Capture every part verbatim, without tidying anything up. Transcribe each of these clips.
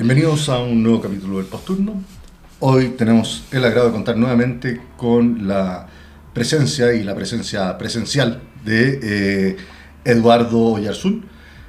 Bienvenidos a un nuevo capítulo del Posturno. Hoy tenemos el agrado de contar nuevamente con la presencia y la presencia presencial de eh, Eduardo Oyarzún.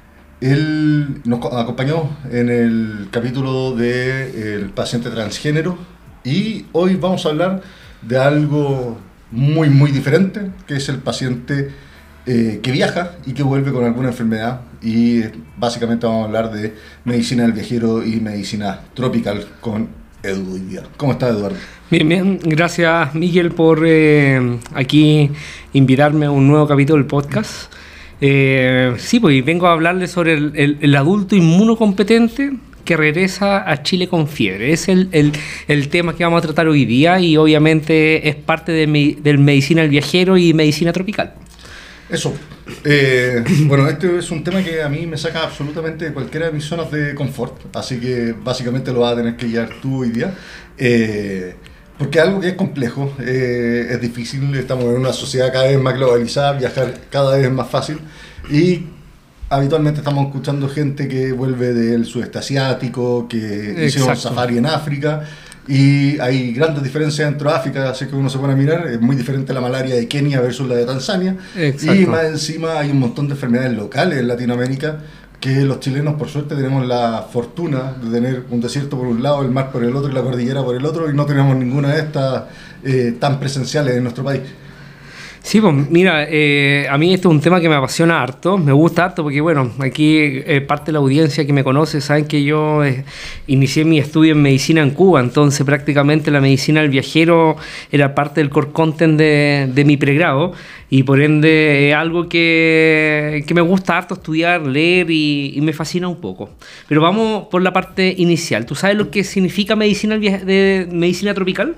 Él nos acompañó en el capítulo del paciente transgénero y hoy vamos a hablar de algo muy muy diferente, que es el paciente eh, que viaja y que vuelve con alguna enfermedad, y básicamente vamos a hablar de medicina del viajero y medicina tropical con Edu hoy día. ¿Cómo estás, Eduardo? Bien, bien. Gracias, Miguel, por eh, aquí invitarme a un nuevo capítulo del podcast. Eh, sí, pues vengo a hablarles sobre el, el, el adulto inmunocompetente que regresa a Chile con fiebre. Es el, el, el tema que vamos a tratar hoy día y obviamente es parte de mi, del medicina del viajero y medicina tropical. Eso. Eh, bueno, este es un tema que a mí me saca absolutamente de cualquiera de mis zonas de confort, así que básicamente lo vas a tener que guiar tú hoy día. Eh, porque es algo que es complejo, eh, es difícil, estamos en una sociedad cada vez más globalizada, viajar cada vez es más fácil y habitualmente estamos escuchando gente que vuelve del sudeste asiático, que hicieron safari en África. Y hay grandes diferencias dentro de África, así que uno se pone a mirar, es muy diferente la malaria de Kenia versus la de Tanzania. Exacto. Y más encima hay un montón de enfermedades locales en Latinoamérica que los chilenos por suerte tenemos la fortuna de tener un desierto por un lado, el mar por el otro y la cordillera por el otro, y no tenemos ninguna de estas eh, tan presenciales en nuestro país. Sí, pues mira, eh, a mí este es un tema que me apasiona harto, me gusta harto porque bueno, aquí eh, parte de la audiencia que me conoce saben que yo eh, inicié mi estudio en medicina en Cuba, entonces prácticamente la medicina del viajero era parte del core content de, de mi pregrado y por ende es algo que, que me gusta harto estudiar, leer y, y me fascina un poco. Pero vamos por la parte inicial. ¿Tú sabes lo que significa medicina, de, medicina tropical?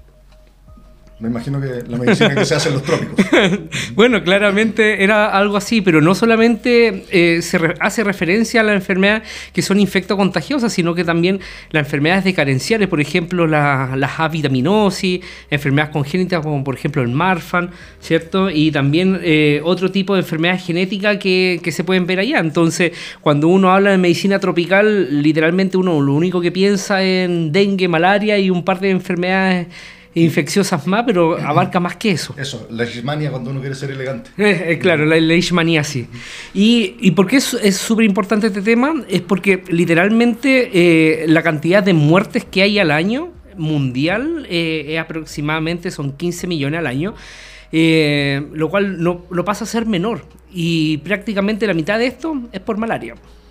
Me imagino que la medicina que se hace en los trópicos. Bueno, claramente era algo así, pero no solamente eh, se re hace referencia a las enfermedades que son infectocontagiosas, sino que también las enfermedades decadenciales, por ejemplo, la, las avitaminosis, enfermedades congénitas como por ejemplo el Marfan, ¿cierto? Y también eh, otro tipo de enfermedades genéticas que, que se pueden ver allá. Entonces, cuando uno habla de medicina tropical, literalmente uno lo único que piensa en dengue, malaria y un par de enfermedades infecciosas más, pero abarca más que eso. Eso, la leishmania cuando uno quiere ser elegante. Eh, eh, claro, la leishmaniasis. Y, y ¿por qué es súper importante este tema? Es porque literalmente eh, la cantidad de muertes que hay al año mundial eh, es aproximadamente, son quince millones al año, eh, lo cual no, lo pasa a ser menor. Y prácticamente la mitad de esto es por malaria.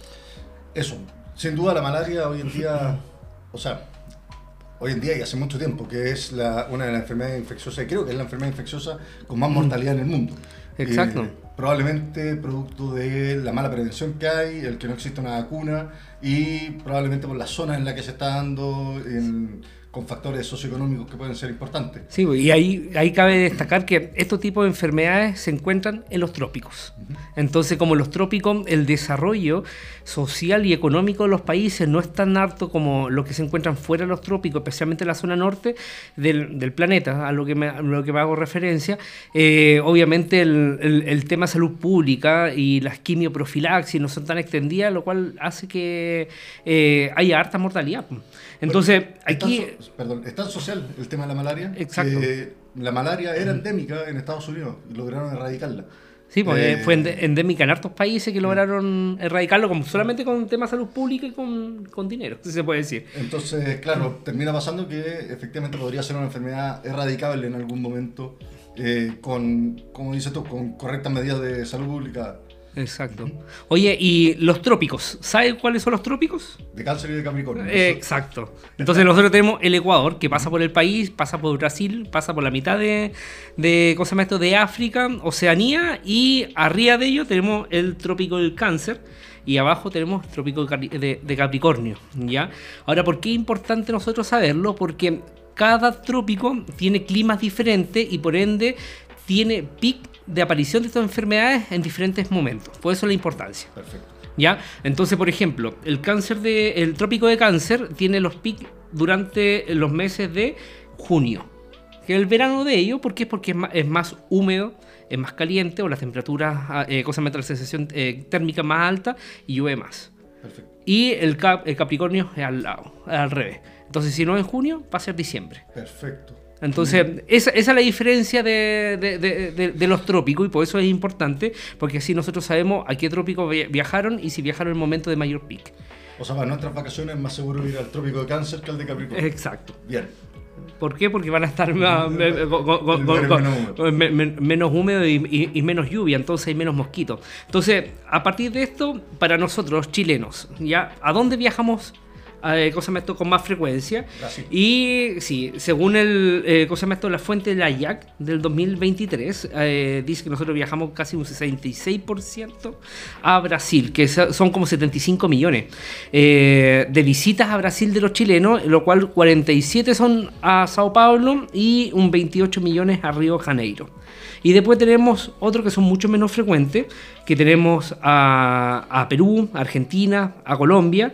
Eso, sin duda la malaria hoy en día, o sea, hoy en día y hace mucho tiempo, que es la, una de las enfermedades infecciosas, creo que es la enfermedad infecciosa con más mortalidad en el mundo. Exacto. Eh, probablemente producto de la mala prevención que hay, el que no existe una vacuna y probablemente por la zona en la que se está dando, en, con factores socioeconómicos que pueden ser importantes. Sí, y ahí, ahí cabe destacar que estos tipos de enfermedades se encuentran en los trópicos. Uh-huh. Entonces, como en los trópicos, el desarrollo social y económico de los países no es tan alto como los que se encuentran fuera de los trópicos, especialmente en la zona norte del, del planeta, a lo que me, a lo que me hago referencia. Eh, obviamente el, el, el tema de salud pública y las quimioprofilaxis no son tan extendidas, lo cual hace que eh, haya harta mortalidad. Entonces, bueno, aquí... Está so, perdón, es tan social el tema de la malaria. Exacto. Que la malaria era endémica en Estados Unidos y lograron erradicarla. Sí, pues eh, fue endémica en hartos países que lograron erradicarlo con, solamente con temas de salud pública y con, con dinero, si se puede decir. Entonces, claro, termina pasando que efectivamente podría ser una enfermedad erradicable en algún momento eh, con, como dices tú, con correctas medidas de salud pública. Exacto. Oye, ¿y los trópicos? ¿Sabes cuáles son los trópicos? De Cáncer y de Capricornio. Eh, exacto. Entonces nosotros tenemos el Ecuador, que pasa por el país, pasa por Brasil, pasa por la mitad de, de, ¿cómo se llama esto? De África, Oceanía, y arriba de ello tenemos el trópico del Cáncer, y abajo tenemos el trópico de, de Capricornio, ¿ya? Ahora, ¿por qué es importante nosotros saberlo? Porque cada trópico tiene climas diferentes y por ende tiene pic de aparición de estas enfermedades en diferentes momentos. Por eso la importancia. Perfecto. ¿Ya? Entonces, por ejemplo, el cáncer de, el trópico de Cáncer tiene los picos durante los meses de junio, que es el verano de ello. ¿Por qué? Porque es más, es más húmedo, es más caliente, o las temperaturas, eh, cosa la sensación eh, térmica más alta y llueve más. Perfecto. Y el, cap, el Capricornio es al lado, al revés. Entonces, si no es junio, va a ser diciembre. Perfecto. Entonces, esa, esa es la diferencia de, de, de, de, de los trópicos, y por eso es importante, porque así nosotros sabemos a qué trópico viajaron y si viajaron en el momento de mayor pic. O sea, para nuestras vacaciones es más seguro ir al trópico de Cáncer que al de Capricornio. Exacto. Bien. ¿Por qué? Porque van a estar más, me, con, con, con, con, me, me, menos húmedo y, y, y menos lluvia, entonces hay menos mosquitos. Entonces, a partir de esto, para nosotros chilenos, ¿ya? ¿A dónde viajamos? Eh, cosa me esto con más frecuencia? Brasil. Y sí, según el eh, cosa me esto, la fuente de la I A C del dos mil veintitrés, eh, dice que nosotros viajamos casi un sesenta y seis por ciento a Brasil, que son como setenta y cinco millones eh, de visitas a Brasil de los chilenos, lo cual cuarenta y siete son a Sao Paulo y un veintiocho millones a Río de Janeiro. Y después tenemos otros que son mucho menos frecuentes, que tenemos a, a Perú, a Argentina, a Colombia.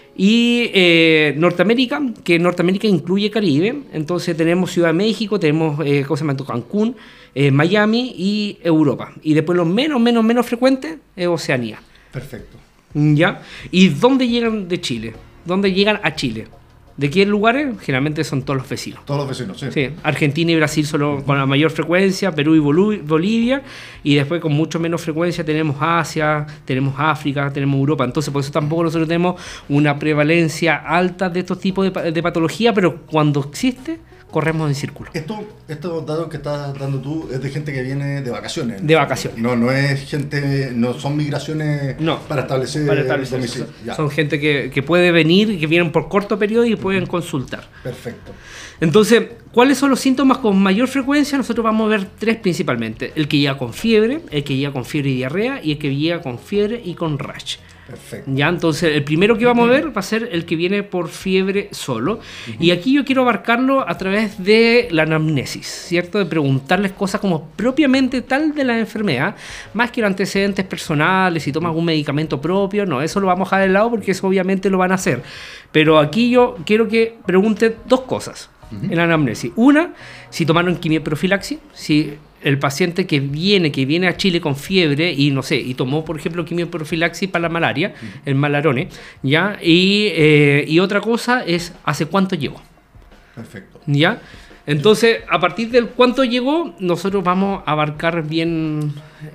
Y eh, Norteamérica, que Norteamérica incluye Caribe, entonces tenemos Ciudad de México, tenemos eh, ¿cómo se llama? Cancún, eh, Miami y Europa. Y después los menos, menos, menos frecuentes es Oceanía. Perfecto. ¿Ya? ¿Y dónde llegan de Chile? ¿Dónde llegan a Chile? ¿De qué lugares? Generalmente son todos los vecinos. Todos los vecinos, sí. Sí, Argentina y Brasil solo con la mayor frecuencia, Perú y Bolu- Bolivia, y después con mucho menos frecuencia tenemos Asia, tenemos África, tenemos Europa. Entonces por eso tampoco nosotros tenemos una prevalencia alta de estos tipos de, de patología, pero cuando existe, corremos en círculo. Esto, estos datos que estás dando tú es de gente que viene de vacaciones. De vacaciones. No, no es gente, no son migraciones no, para establecer, para establecer domicilio. Son, son gente que, que puede venir y que vienen por corto periodo y pueden consultar. Perfecto. Entonces, ¿cuáles son los síntomas con mayor frecuencia? Nosotros vamos a ver tres principalmente. El que llega con fiebre, el que llega con fiebre y diarrea y el que llega con fiebre y con rash. Perfecto. Ya, entonces el primero que vamos a ver va a ser el que viene por fiebre solo. Uh-huh. Y aquí yo quiero abarcarlo a través de la anamnesis, ¿cierto? De preguntarles cosas como propiamente tal de la enfermedad, más que los antecedentes personales, si toman algún medicamento propio, no, eso lo vamos a dejar de lado porque eso obviamente lo van a hacer. Pero aquí yo quiero que pregunten dos cosas uh-huh. en la anamnesis. Una, si tomaron quimioprofilaxis, si el paciente que viene, que viene a Chile con fiebre y no sé, y tomó, por ejemplo, quimioprofilaxis para la malaria, uh-huh. el Malarone, ¿ya? Y, eh, y otra cosa es, ¿hace cuánto llegó? Perfecto. ¿Ya? Entonces, a partir del cuánto llegó, nosotros vamos a abarcar bien,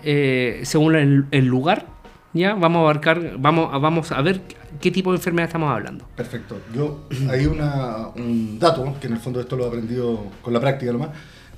eh, según el, el lugar, ¿ya? Vamos a abarcar, vamos a, vamos a ver qué tipo de enfermedad estamos hablando. Perfecto. Yo, hay una, un dato, que en el fondo esto lo he aprendido con la práctica nomás.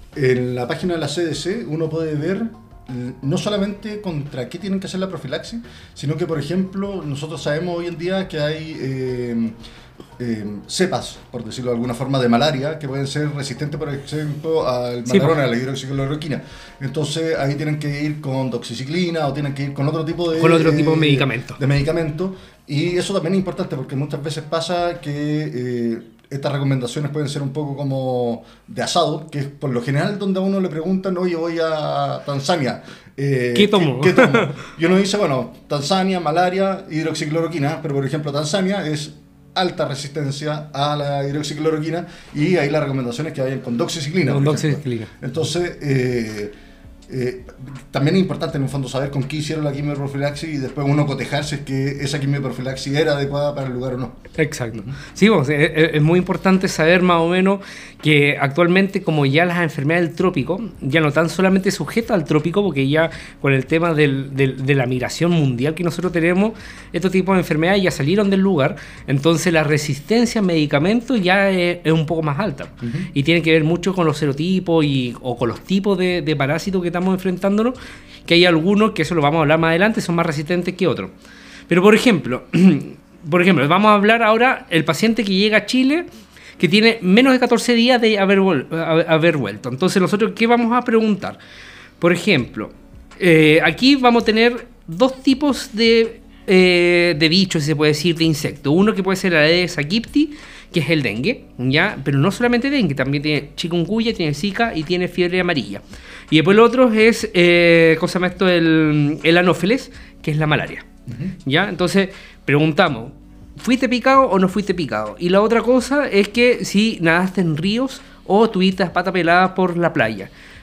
En la página de la C D C uno puede ver no solamente contra qué tienen que hacer la profilaxis, sino que, por ejemplo, nosotros sabemos hoy en día que hay eh, eh, cepas, por decirlo de alguna forma, de malaria que pueden ser resistentes, por ejemplo, al sí, Malarone, a la hidroxicloroquina. Entonces ahí tienen que ir con doxiciclina o tienen que ir con otro tipo de, con otro tipo de eh, medicamento. De medicamento. Y eso también es importante porque muchas veces pasa que eh, estas recomendaciones pueden ser un poco como de asado, que es por lo general donde a uno le preguntan, oye, voy a Tanzania. Eh, ¿Qué tomo? ¿Qué, qué tomo? Y uno dice, bueno, Tanzania, malaria, hidroxicloroquina, pero por ejemplo Tanzania es alta resistencia a la hidroxicloroquina y ahí la recomendación es que vayan con doxiciclina. Con doxiciclina. Entonces, eh, eh, también es importante en un fondo saber con qué hicieron la quimioprofilaxis y después uno cotejarse si es que esa quimioprofilaxis era adecuada para el lugar o no. Exacto. Uh-huh. Sí, pues, es, es muy importante saber más o menos que actualmente, como ya las enfermedades del trópico ya no están solamente sujetas al trópico, porque ya con el tema del, del, de la migración mundial que nosotros tenemos, estos tipos de enfermedades ya salieron del lugar, entonces la resistencia a medicamentos ya es, es un poco más alta. Uh-huh. Y tiene que ver mucho con los serotipos y, o con los tipos de, de parásitos que estamos enfrentándonos, que hay algunos, que eso lo vamos a hablar más adelante, son más resistentes que otros. Pero por ejemplo, por ejemplo, vamos a hablar ahora el paciente que llega a Chile, que tiene menos de catorce días de haber, haber vuelto. Entonces, nosotros, ¿qué vamos a preguntar? Por ejemplo, eh, aquí vamos a tener dos tipos de, eh, de bichos, si se puede decir, de insectos. Uno que puede ser la Aedes aegypti, que es el dengue, ¿ya? Pero no solamente dengue, también tiene chikungunya, tiene zika y tiene fiebre amarilla. Y después el otro es, eh, ¿cómo se llama esto? El, el anófeles, que es la malaria, uh-huh. ¿ya? Entonces, preguntamos, ¿fuiste picado o no fuiste picado? Y la otra cosa es que si nadaste en ríos o tuviste las patas peladas por la playa.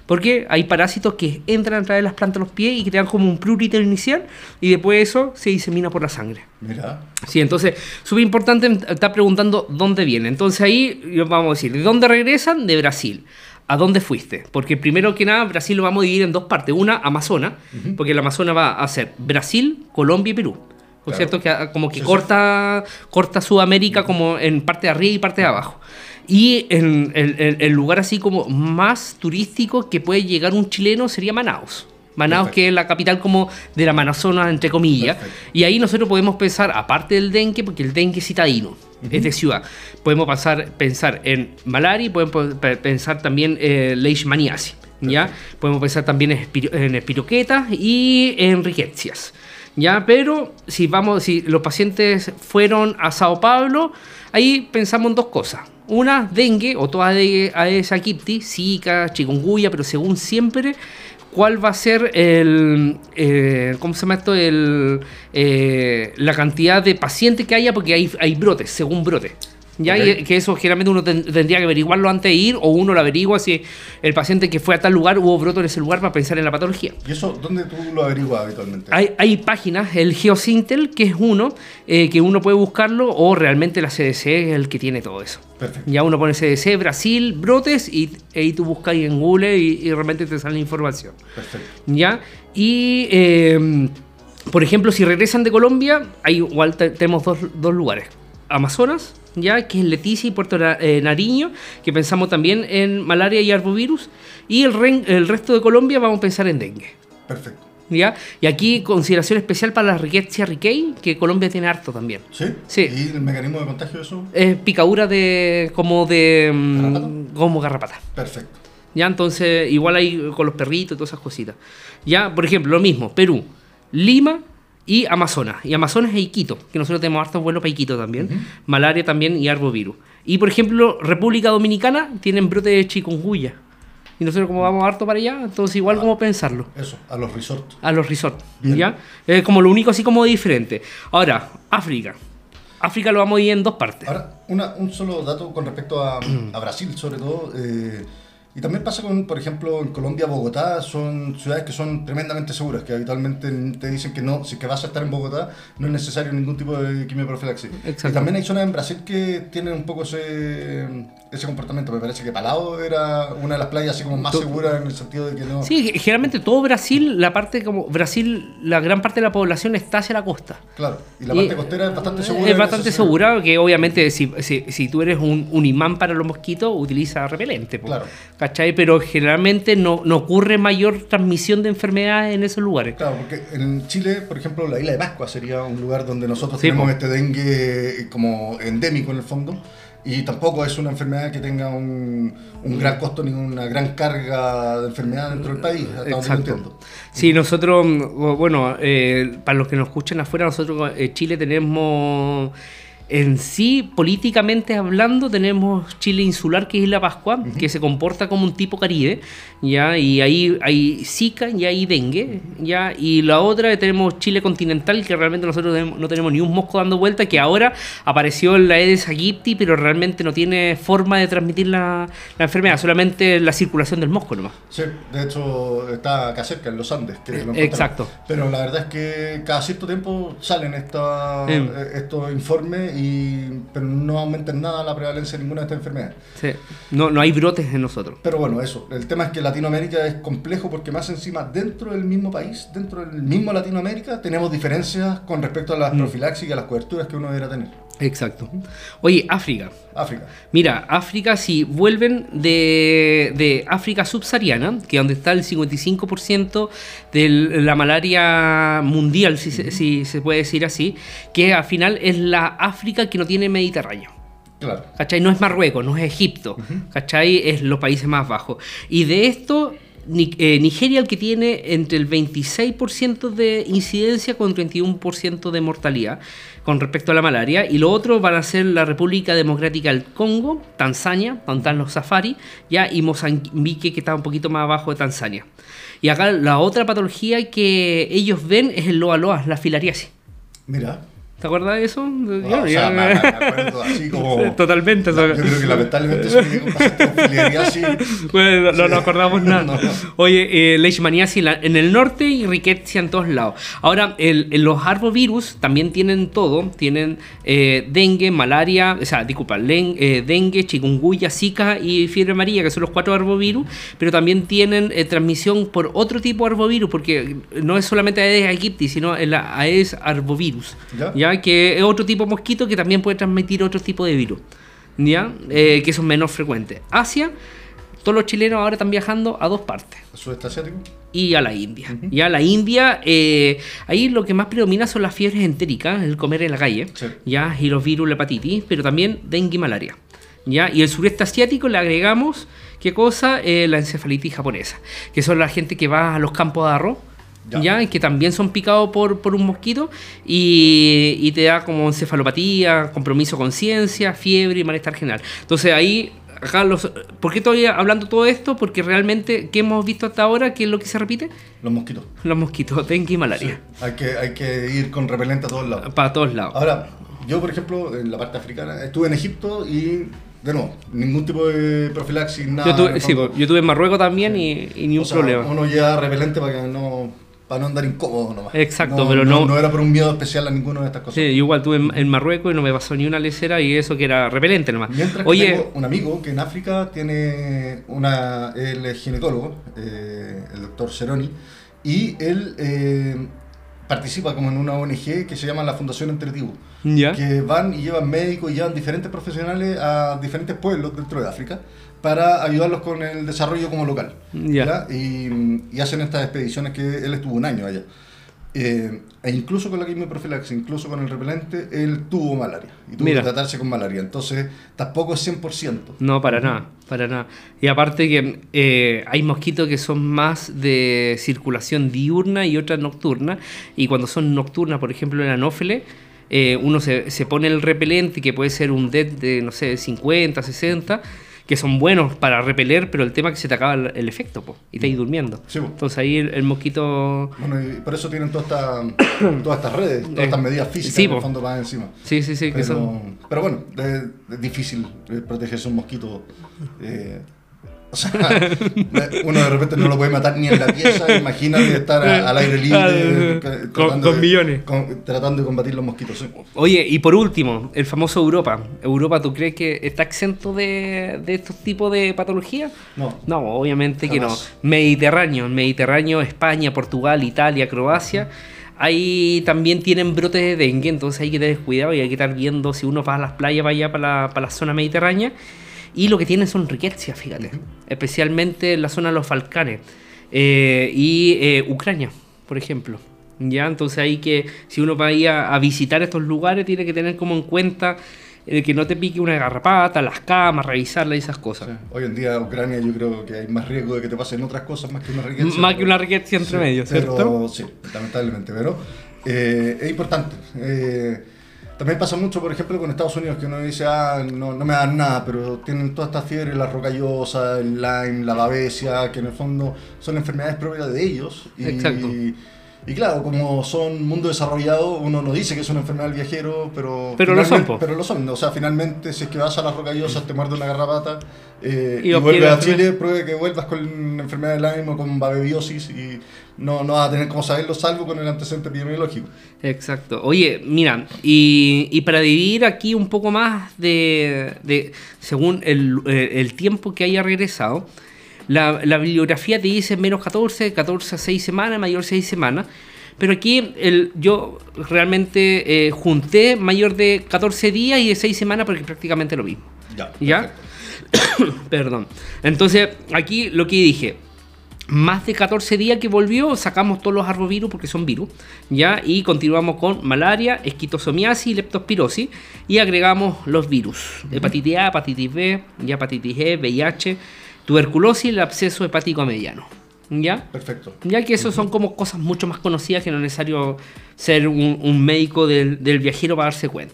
Porque hay parásitos que entran a través de las plantas a los pies y que te dan como un prurito inicial y después eso se disemina por la sangre. Mira. Sí, entonces, súper importante estar preguntando dónde viene. Entonces ahí vamos a decir, ¿de dónde regresan? De Brasil. ¿A dónde fuiste? Porque primero que nada, Brasil lo vamos a dividir en dos partes. Una, Amazonas, uh-huh. porque el Amazonas va a ser Brasil, Colombia y Perú. ¿No es cierto? Que como que sí, corta, sí. corta Sudamérica como en parte de arriba y parte de abajo. Y en el lugar así como más turístico que puede llegar un chileno sería Manaus. Manaus, perfecto. Que es la capital como de la Amazonas, entre comillas. Perfecto. Y ahí nosotros podemos pensar, aparte del dengue, porque el dengue es citadino, uh-huh. es de ciudad, podemos pasar, pensar en malaria, podemos pensar también en eh, leishmaniasis, ¿ya? Podemos pensar también en, espiro, en espiroquetas y en riquecias, ¿ya? Pero si, vamos, si los pacientes fueron a Sao Paulo, ahí pensamos en dos cosas. Una, dengue, o toda Aedes aegypti, Zika, chikungunya, pero según siempre... ¿Cuál va a ser el, eh, ¿cómo se llama esto? El, eh, la cantidad de pacientes que haya, porque hay, hay brotes, según brotes. ¿Ya? Okay. Y que eso generalmente uno ten, tendría que averiguarlo antes de ir, o uno lo averigua si el paciente que fue a tal lugar hubo brote en ese lugar para pensar en la patología. ¿Y eso dónde tú lo averiguas habitualmente? Hay, hay páginas, el GeoSintel, que es uno, eh, que uno puede buscarlo, o realmente la C D C es el que tiene todo eso. Perfecto. Ya uno pone C D C, Brasil, brotes, y ahí tú buscas ahí en Google y, y realmente te sale la información. Perfecto. ¿Ya? Y, eh, por ejemplo, si regresan de Colombia, hay igual te, tenemos dos, dos lugares. Amazonas, ya que es Leticia y Puerto Nariño, que pensamos también en malaria y arbovirus, y el, re, el resto de Colombia vamos a pensar en dengue. Perfecto. ¿Ya? Y aquí consideración especial para la Rickettsia rickei, que Colombia tiene harto también. ¿Sí? Sí. ¿Y el mecanismo de contagio de eso? Es picadura de como de ¿Garrapata? como garrapata. Perfecto. Ya, entonces igual hay con los perritos y todas esas cositas. Ya, por ejemplo, lo mismo, Perú, Lima y Amazonas. Y Amazonas es Iquito, que nosotros tenemos harto vuelo para Iquito también. Uh-huh. Malaria también y arbovirus. Y, por ejemplo, República Dominicana tienen brote de chikungunya. Y nosotros como vamos harto para allá, entonces igual ah, como pensarlo. Eso, a los resorts. A los resorts, ¿ya? Es como lo único así como diferente. Ahora, África. África lo vamos a ir en dos partes. Ahora, una, un solo dato con respecto a, a Brasil, sobre todo... Eh, Y también pasa con, por ejemplo, en Colombia, Bogotá, son ciudades que son tremendamente seguras, que habitualmente te dicen que no, si que vas a estar en Bogotá, no es necesario ningún tipo de quimioprofilaxis. Y también hay zonas en Brasil que tienen un poco ese, ese comportamiento. Me parece que Palau era una de las playas así como más ¿Tú? seguras en el sentido de que no... Sí, generalmente todo Brasil, la parte como Brasil, la gran parte de la población está hacia la costa. Claro, y la parte y costera es bastante segura. Es bastante segura, que obviamente si, si, si tú eres un, un imán para los mosquitos, utiliza repelente. Po. Claro. ¿Cachai? Pero generalmente no, no ocurre mayor transmisión de enfermedades en esos lugares. Claro, porque en Chile, por ejemplo, la isla de Pascua sería un lugar donde nosotros sí, tenemos pues. este dengue como endémico en el fondo, y tampoco es una enfermedad que tenga un, un gran costo ni una gran carga de enfermedad dentro del país. Exacto. Sí, nosotros, bueno, eh, para los que nos escuchan afuera, nosotros en Chile tenemos... En sí, políticamente hablando, tenemos Chile insular, que es Isla Pascua, uh-huh. que se comporta como un tipo Caribe, ¿ya? Y ahí hay Zika y hay dengue, ¿ya? Y la otra tenemos Chile continental, que realmente nosotros no tenemos ni un mosco dando vuelta, que ahora apareció en la Aedes aegypti, pero realmente no tiene forma de transmitir la, la enfermedad, solamente la circulación del mosco nomás. Sí, de hecho está acá cerca, en los Andes. Que lo Exacto. Pero la verdad es que cada cierto tiempo salen esta, mm. estos informes, y, pero no aumentan nada la prevalencia de ninguna de estas enfermedades. Sí, no, no hay brotes en nosotros. Pero bueno, eso, el tema es que Latinoamérica es complejo porque más encima dentro del mismo país, dentro del mismo Latinoamérica, tenemos diferencias con respecto a las mm. profilaxis y a las coberturas que uno debería tener. Exacto. Oye, África. África. Mira, África, si vuelven de, de África subsahariana, que es donde está el cincuenta y cinco por ciento de la malaria mundial, si, uh-huh. si se puede decir así, que al final es la África que no tiene Mediterráneo. Claro. ¿Cachai? No es Marruecos, no es Egipto, uh-huh. ¿cachai? Es los países más bajos. Y de esto... Nigeria, el que tiene entre el veintiséis por ciento de incidencia con treinta y uno por ciento de mortalidad con respecto a la malaria, y lo otro van a ser la República Democrática del Congo, Tanzania, donde están los safaris, ya, y Mozambique, que está un poquito más abajo de Tanzania. Y acá la otra patología que ellos ven es el loa loa, la filariasis. Mira. ¿Te acuerdas de eso? No, Yo- o yo- sea, me, me acuerdo así como... Totalmente. La- eso- yo creo que lamentablemente eso tiene un pasaje de filialidad así. Bueno, no, no Sí. nos acordamos nada. No. Oye, eh, leishmaniasis la- en el norte y rickettsia en todos lados. Ahora, el, el- los arbovirus también tienen todo. Tienen eh, dengue, malaria, o sea, disculpa, len- eh, dengue, chikungunya, zika y fiebre amarilla, que son los cuatro arbovirus. Pero también tienen eh, transmisión por otro tipo de arbovirus, porque no es solamente Aedes aegypti, sino el Aedes arbovirus. ¿Ya? ¿Ya? Que es otro tipo de mosquito que también puede transmitir otro tipo de virus, ¿ya? Eh, que son menos frecuentes. Asia, todos los chilenos ahora están viajando a dos partes ¿El sudeste asiático? y a la India. Ya la India, eh, ahí lo que más predomina son las fiebres entéricas, el comer en la calle, Sí. ya, y los virus, la hepatitis, pero también dengue y malaria. ¿Ya? Y el sureste asiático le agregamos, ¿qué cosa? Eh, la encefalitis japonesa, que son la gente que va a los campos de arroz. Ya. ¿Ya? Y que también son picados por, por un mosquito y, y te da como encefalopatía, compromiso de conciencia, fiebre y malestar general. Entonces ahí, acá los, ¿por qué estoy hablando todo esto? Porque realmente, ¿qué hemos visto hasta ahora? ¿Qué es lo que se repite? Los mosquitos. Los mosquitos, dengue y malaria. Hay que, hay que ir con repelente a todos lados. Para todos lados. Ahora, yo por ejemplo, en la parte africana, estuve en Egipto y, de nuevo, ningún tipo de profilaxis, nada. Yo tuve, en el sí, fondo. pues, yo tuve en Marruecos también y, y ni un O sea, problema. uno lleva repelente para que no, para no andar incómodo nomás. Exacto, pero no- no era por un miedo especial a ninguna de estas cosas. Sí, yo igual tuve en, en Marruecos y no me pasó ni una lesera y eso que era repelente nomás. Mientras que Oye, tengo un amigo que en África tiene una, él es ginecólogo, eh, el doctor Ceroni, y él eh, participa como en una O N G que se llama la Fundación Entre Tribus, ¿ya? que van y llevan médicos y llevan diferentes profesionales a diferentes pueblos dentro de África para ayudarlos con el desarrollo como local. Ya. ¿Ya? Y, y hacen estas expediciones que él estuvo un año allá. Eh, e incluso con la quimioprofilaxis, incluso con el repelente, él tuvo malaria y tuvo Mira. que tratarse con malaria. Entonces, tampoco es cien por ciento. No, para nada, para nada. Y aparte que eh, hay mosquitos que son más de circulación diurna y otras nocturna. Y cuando son nocturnas, por ejemplo, el anófele, eh, uno se, se pone el repelente, que puede ser un D E T de, no sé, cincuenta, sesenta, que son buenos para repeler, pero el tema es que se te acaba el, el efecto, po, y te ahí durmiendo. Sí, po. Entonces ahí el, el mosquito... Bueno, y por eso tienen toda esta, todas estas redes, todas Eh, estas medidas físicas sí, en el po. fondo más encima. Sí, sí, sí, que Pero, son... pero bueno, es, es difícil eh, protegerse de un mosquito. eh, o sea, uno de repente no lo puede matar ni en la pieza, imagínate estar a- al aire libre. Con- eh, con tratando de- millones. con- tratando de combatir los mosquitos. Sí. Oye, y por último, el famoso Europa. ¿Europa tú crees que está exento de, de estos tipos de patologías? No, No, obviamente que no. Jamás. Mediterráneo, Mediterráneo, España, Portugal, Italia, Croacia. Ahí también tienen brotes de dengue, entonces hay que tener cuidado y hay que estar viendo si uno va a las playas, para allá, para la, para la zona mediterránea. Y lo que tienen son riquezas, fíjate. Especialmente en la zona de los Balcanes. Eh, y eh, Ucrania, por ejemplo. ¿Ya? Entonces ahí que si uno va a ir a, a visitar estos lugares, tiene que tener como en cuenta el que no te pique una garrapata, las camas, revisarlas y esas cosas. sí. Hoy en día Ucrania yo creo que hay más riesgo de que te pasen otras cosas más que una riqueza. Más que una riqueza entre Sí, medio, ¿cierto? Pero, sí, lamentablemente, pero eh, es importante. Eh, también pasa mucho, por ejemplo, con Estados Unidos, que uno dice, ah, no, no me dan nada, pero tienen todas estas fiebres, la rocallosa, el Lyme, la babesia, que en el fondo son enfermedades propias de ellos. Y, Exacto. y claro, como son mundo desarrollado, uno no dice que es una enfermedad del viajero, pero... Pero lo son, finalmente- po. Pero lo son. O sea, finalmente, si es que vas a las rocallosas, te muerde una garrapata eh, Y y, obtiene vuelves la a enfermedad. Chile, pruebe que vuelvas con enfermedad de Lyme o con babebiosis y no, no vas a tener como saberlo, salvo con el antecedente epidemiológico. Exacto. Oye, mira, y, y para dividir aquí un poco más de, de según el, eh, el tiempo que haya regresado, la, la bibliografía te dice menos catorce, catorce a seis semanas, mayor seis semanas, pero aquí el, yo realmente eh, junté mayor de catorce días y de seis semanas porque es prácticamente lo mismo. Ya. ¿Ya? perfecto. Perdón. Entonces, aquí lo que dije, más de catorce días que volvió, sacamos todos los arbovirus porque son virus, ¿ya? Y continuamos con malaria, esquistosomiasis y leptospirosis y agregamos los virus, hepatitis A, hepatitis B, y hepatitis E, V I H, tuberculosis y el absceso hepático mediano, ¿ya? Perfecto. Ya que eso son como cosas mucho más conocidas que no es necesario ser un, un médico del, del viajero para darse cuenta.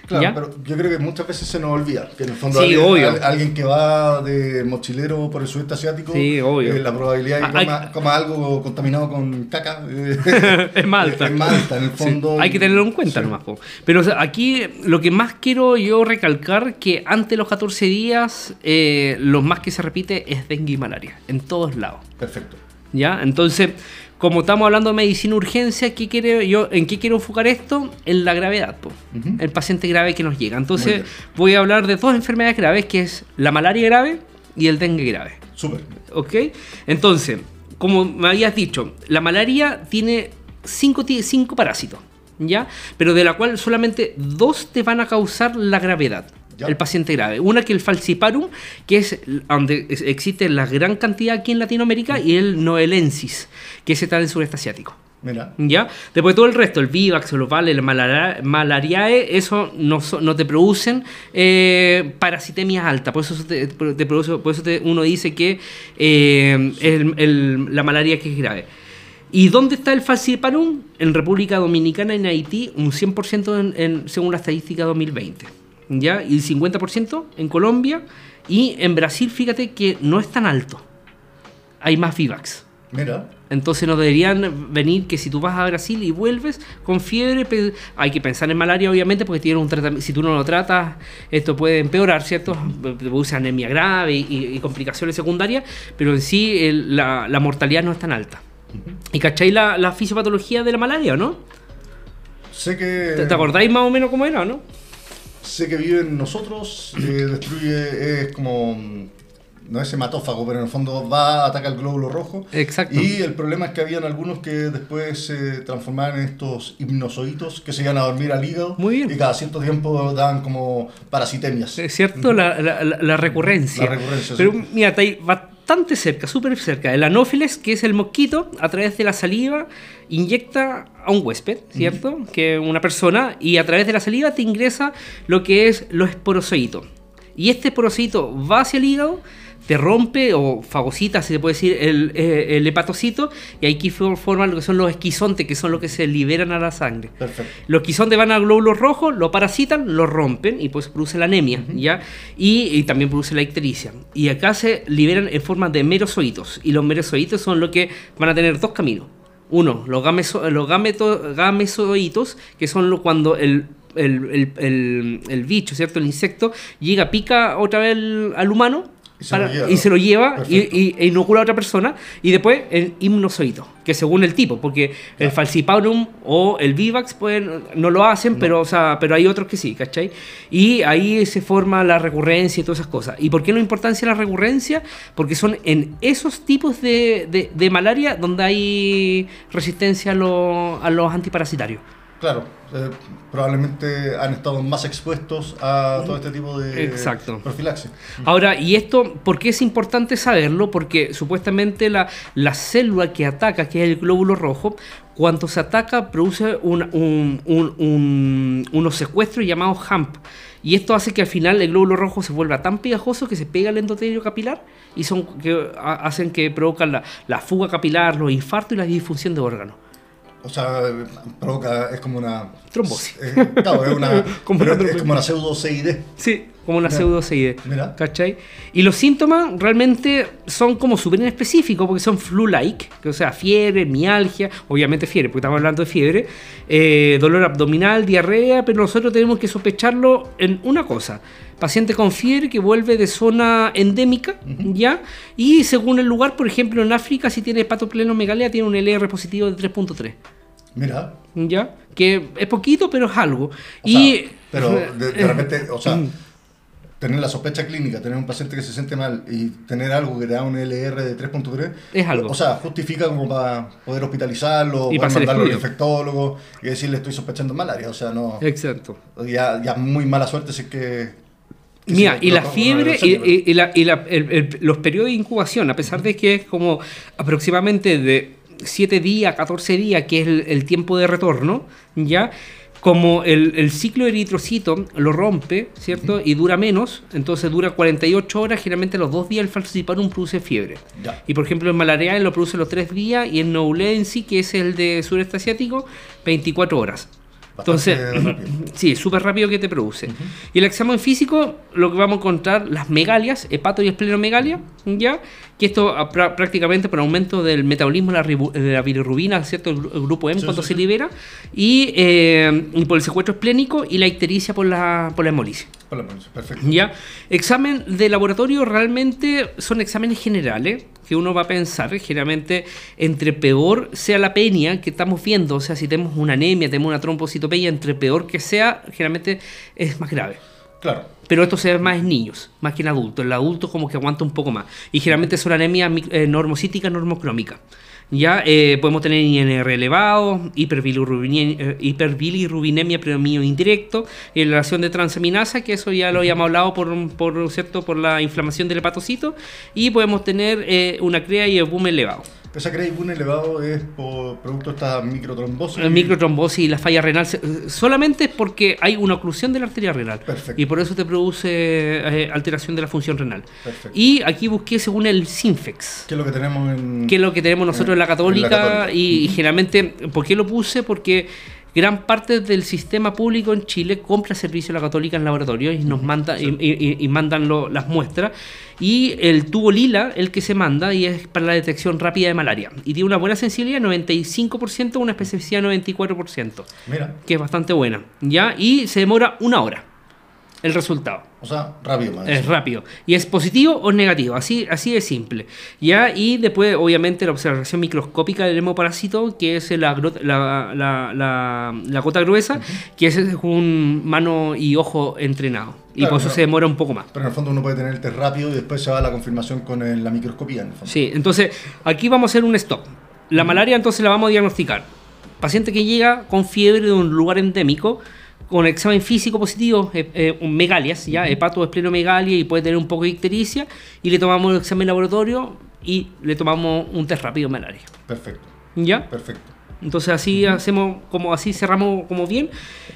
Claro, ¿ya? pero yo creo que muchas veces se nos olvida que en el fondo Sí, alguien, obvio. al- alguien que va de mochilero por el sudeste asiático, Sí, obvio. eh, la probabilidad de que Hay- coma, coma algo contaminado con caca eh, Es Malta. Es Malta, en el Sí, fondo. hay que tenerlo en cuenta Sí. nomás. po. Pero o sea, aquí lo que más quiero yo recalcar que antes de los catorce días, eh, lo más que se repite es dengue y malaria, en todos lados. Perfecto. ¿Ya? Entonces, como estamos hablando de medicina urgencia, ¿qué quiero yo, ¿en qué quiero enfocar esto? En la gravedad, po. Ujú. El paciente grave que nos llega. Muy Entonces, bien. voy a hablar de dos enfermedades graves, que es la malaria grave y el dengue grave. Súper. ¿Ok? Entonces, como me habías dicho, la malaria tiene cinco, ti- cinco parásitos, ¿ya? Pero de la cual solamente dos te van a causar la gravedad. Ya. El paciente grave. Una que el falciparum, que es donde es- existe la gran cantidad aquí en Latinoamérica, y el noelensis, que se está en el sureste asiático. Mira. ¿Ya? Después todo el resto, el vivax, el ovale, el malaria- malariae, eso no, so- no te producen eh, parasitemia alta. Por eso, te, te produce- por eso te- uno dice que eh, el- el- la malaria que es grave. ¿Y dónde está el falciparum? En República Dominicana y en Haití, un cien por ciento en, en- según la estadística dos mil veinte. ¿Ya? Y el cincuenta por ciento en Colombia. Y en Brasil, fíjate que no es tan alto. Hay más vivax. Mira. Entonces no deberían venir que si tú vas a Brasil y vuelves con fiebre, pe- hay que pensar en malaria obviamente porque tiene un tratamiento, si tú no lo tratas, esto puede empeorar, ¿cierto? Te produce anemia grave y, y- y complicaciones secundarias, pero en sí el- la, la mortalidad no es tan alta. ¿Y cacháis la, la fisiopatología de la malaria o no? Sé que. ¿Te, te acordáis más o menos cómo era o no? Sé que vive en nosotros, eh, destruye, es como, mm, no es hematófago, pero en el fondo va, ataca el glóbulo rojo. Exacto. Y el problema es que habían algunos que después se transformaban en estos hipnozoitos que se iban a dormir al hígado. Muy bien. Y cada cierto tiempo daban como parasitemias. Es cierto, la, la- la- la recurrencia. La recurrencia, Pero sí. mira, está ahí bastante cerca, súper cerca. El anófeles, que es el mosquito, a través de la saliva inyecta a un huésped, ¿cierto? Que es una persona, y a través de la saliva te ingresa lo que es los esporozoitos. Y este esporozoito va hacia el hígado, te rompe o fagocita, si se puede decir, el, eh, el hepatocito, y aquí for- forman lo que son los esquizontes, que son los que se liberan a la sangre. Perfecto. Los quisontes van al glóbulo rojo, lo parasitan, lo rompen y pues produce la anemia, ¿ya? Y, y también produce la ictericia. Y acá se liberan en forma de merozoitos. Y los merozoitos son los que van a tener dos caminos. Uno, los, gamezo, los gameto, gamezoitos, que son lo, cuando el, el, el, el, el bicho, ¿cierto? El insecto llega, pica otra vez al, al humano. Y se Para- lo lleva. y se lo lleva y, Perfecto. y- e inocula a otra persona, y después el himnozoito, que según el tipo, porque el falciparum o el vivax pueden, no lo hacen, pero, o sea, pero hay otros que sí, ¿cachai? Y ahí se forma la recurrencia y todas esas cosas. ¿Y por qué la importancia de la recurrencia? Porque son en esos tipos de, de- de malaria donde hay resistencia a, lo- a los antiparasitarios. Claro, eh, probablemente han estado más expuestos a todo este tipo de Exacto. profilaxis. Ahora, ¿y esto por qué es importante saberlo? Porque supuestamente la, la célula que ataca, que es el glóbulo rojo, cuando se ataca produce un- un- un- un- unos secuestros llamados H A M P. Y esto hace que al final el glóbulo rojo se vuelva tan pegajoso que se pega al endotelio capilar y son que ha- hacen que provocan la, la fuga capilar, los infartos y la disfunción de órganos. O sea, provoca, es como una... Trombosis. eh, claro, es una, Como pero una es como una pseudo C I D. Sí, como una Mira. pseudo C I D. Mira. ¿Cachai? Y los síntomas realmente son como súper específicos porque son flu-like, que, o sea, fiebre, mialgia, obviamente fiebre, porque estamos hablando de fiebre, eh, dolor abdominal, diarrea, pero nosotros tenemos que sospecharlo en una cosa. Paciente con fiebre que vuelve de zona endémica, ¿ya? Y según el lugar, por ejemplo, en África, si tiene hepatoplenomegalia, tiene un L R positivo de tres punto tres. Mira. ¿Ya? Que es poquito, pero es algo. O y sea, pero de, de repente, o sea, tener la sospecha clínica, tener un paciente que se siente mal y tener algo que te da un L R de tres punto tres, Es algo. O sea, justifica como para poder hospitalizarlo, Y poder para hacer mandarlo al estudio. infectólogo y decirle estoy sospechando malaria. O sea, no. Exacto. Ya, ya muy mala suerte si es que. que Mira, si y no- la no- no- fiebre no- y, y- y la- y la- el- el- los periodos de incubación, a pesar de que es como aproximadamente de siete días, catorce días, que es el, el tiempo de retorno, ¿ya? Como el, el ciclo de eritrocito lo rompe, ¿cierto? Y dura menos, entonces dura cuarenta y ocho horas, generalmente los dos días el falciparum produce fiebre. Ya. Y por ejemplo en malaria lo produce los tres días y en Noulensi, que es el de sureste asiático, veinticuatro horas. Entonces, rápido. Sí, súper rápido que te produce. Uh-huh. Y el examen físico, lo que vamos a encontrar, las megalias, hepato y esplenomegalia, ¿ya? Que esto pr- prácticamente por aumento del metabolismo de la, ribu- de la bilirrubina, ¿cierto? El, el grupo M sí, cuando sí, se sí. libera, y, eh, y por el secuestro esplénico y la ictericia por la, por la hemolisis. Por la hemolisis, perfecto. ¿Ya? Examen de laboratorio realmente son exámenes generales, que uno va a pensar, generalmente, entre peor sea la penia que estamos viendo, o sea, si tenemos una anemia, tenemos una trombocitopenia, entre peor que sea, generalmente es más grave. Claro. Pero esto se ve más en niños, más que en adultos. El adulto como que aguanta un poco más. Y generalmente son anemias eh, normocíticas, normocrómicas. Ya eh, podemos tener I N R elevado, hiperbilirrubinemia, eh, hiperbilirrubinemia predominio indirecto, y relación de transaminasa, que eso ya lo habíamos hablado por, por, ¿cierto? por la inflamación del hepatocito, y podemos tener eh, una CREA y EBUM elevado. Esa CREA y EBUM elevado es por producto de esta microtrombosis. La microtrombosis y la falla renal solamente es porque hay una oclusión de la arteria renal. Perfecto. Y por eso te produce eh, alteración de la función renal. Perfecto. Y aquí busqué según el SYNFEX. ¿Qué es lo que tenemos en ¿Qué es lo que tenemos nosotros en, en, la, católica, en la Católica? Y, y generalmente, ¿por qué lo puse? Porque gran parte del sistema público en Chile compra servicio a la Católica en laboratorio y nos manda sí. y, y, y mandan lo, las muestras. Y el tubo lila, el que se manda, y es para la detección rápida de malaria. Y tiene una buena sensibilidad, noventa y cinco por ciento, una especificidad noventa y cuatro por ciento. Mira. Que es bastante buena. ¿Ya? Y se demora una hora el resultado. O sea, rápido. Man. Es rápido. Y es positivo o negativo, así, así de simple. ¿Ya? Y después, obviamente, la observación microscópica del hemoparásito, que es la, la, la, la, la gota gruesa, uh-huh. que es un mano y ojo entrenado. Y claro, por eso pero, se demora un poco más. Pero en el fondo uno puede tener el test rápido y después se va a la confirmación con el, la microscopía. En el fondo. Sí, entonces aquí vamos a hacer un stop. La uh-huh. malaria entonces la vamos a diagnosticar. Paciente que llega con fiebre de un lugar endémico, con examen físico positivo, eh, eh, megalias, ya, hepato o esplenomegalia, y puede tener un poco de ictericia, y le tomamos el examen laboratorio y le tomamos un test rápido de malaria. Perfecto. ¿Ya? Perfecto. Entonces así uh-huh. hacemos, como así cerramos como bien,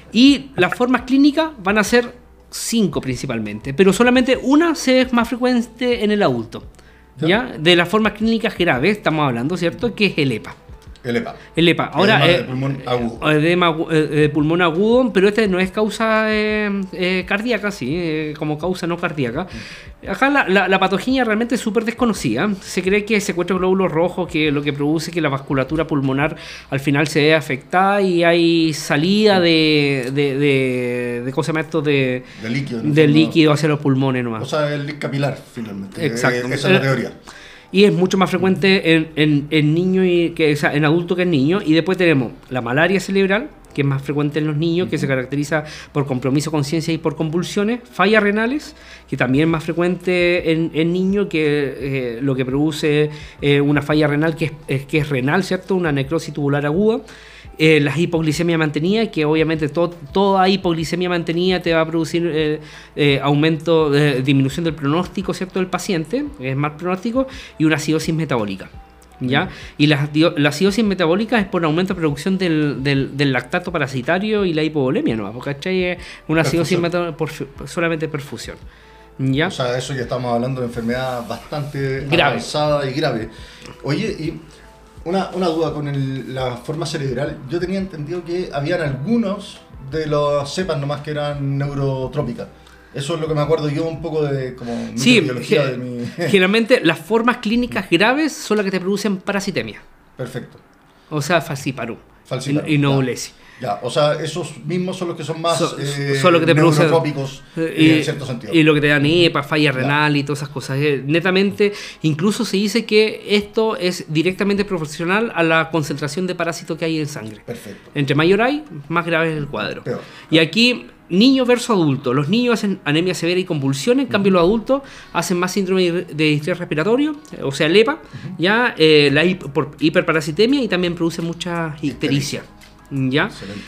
y las formas clínicas van a ser cinco principalmente, pero solamente una se es más frecuente en el adulto. ¿Ya? ¿Ya? De las formas clínicas graves estamos hablando, ¿cierto? Que es el EPA. El EPA. El EPA. Ahora, edema eh, de pulmón agudo. Edema de pulmón agudo, pero este no es causa eh, eh, cardíaca, sí, eh, como causa no cardíaca. Acá la, la, la patogenia realmente es súper desconocida. Se cree que secuestro de glóbulos rojos, que lo que produce que la vasculatura pulmonar al final se ve afectada y hay salida de, de, de, de ¿cómo se llama esto? De, de líquido. De líquido hacia los pulmones nomás. O sea, el leak capilar, finalmente. Exacto. Eh, esa es la teoría. Y es mucho más frecuente en, en, en niños y que, o sea, en adultos que en niños. Y después tenemos la malaria cerebral, que es más frecuente en los niños, uh-huh. que se caracteriza por compromiso conciencia y por convulsiones. Fallas renales, que también es más frecuente en, en niños, que eh, lo que produce eh, una falla renal que es, es, que es renal, ¿cierto? Una necrosis tubular aguda. Eh, la hipoglicemia mantenida, que obviamente todo, toda hipoglicemia mantenida te va a producir eh, eh, aumento, eh, disminución del pronóstico, ¿cierto?, del paciente, es mal pronóstico, y una acidosis metabólica. ¿Ya? Mm. Y la, la acidosis metabólica es por aumento de producción del, del, del lactato parasitario y la hipovolemia, ¿no? Porque ¿cachai? Una acidosis metabólica por, solamente perfusión. ¿Ya? O sea, eso ya estamos hablando de enfermedad bastante grave. avanzada y grave. Oye, y una, una duda con el, la forma cerebral. Yo tenía entendido que habían algunos de las cepas nomás que eran neurotrópicas. Eso es lo que me acuerdo yo un poco de como sí, biología de mi... generalmente las formas clínicas graves son las que te producen parasitemia. Perfecto. O sea, falciparum. Falciparum. Y, y noblesi. Ya, o sea, esos mismos son los que son más so, eh, son los que te neurotrópicos y, en cierto sentido. Y lo que te dan EPA, falla renal y todas esas cosas. Eh, netamente, incluso se dice que esto es directamente proporcional a la concentración de parásitos que hay en sangre. Perfecto. Entre mayor hay, más grave es el cuadro. Peor. Y aquí, niño versus adulto. Los niños hacen anemia severa y convulsiones, en uh-huh. cambio los adultos hacen más síndrome de distrés respiratorio, o sea, el EPA, uh-huh. ya eh, la hip- por hiperparasitemia, y también produce mucha ictericia. ¿Ya? Excelente.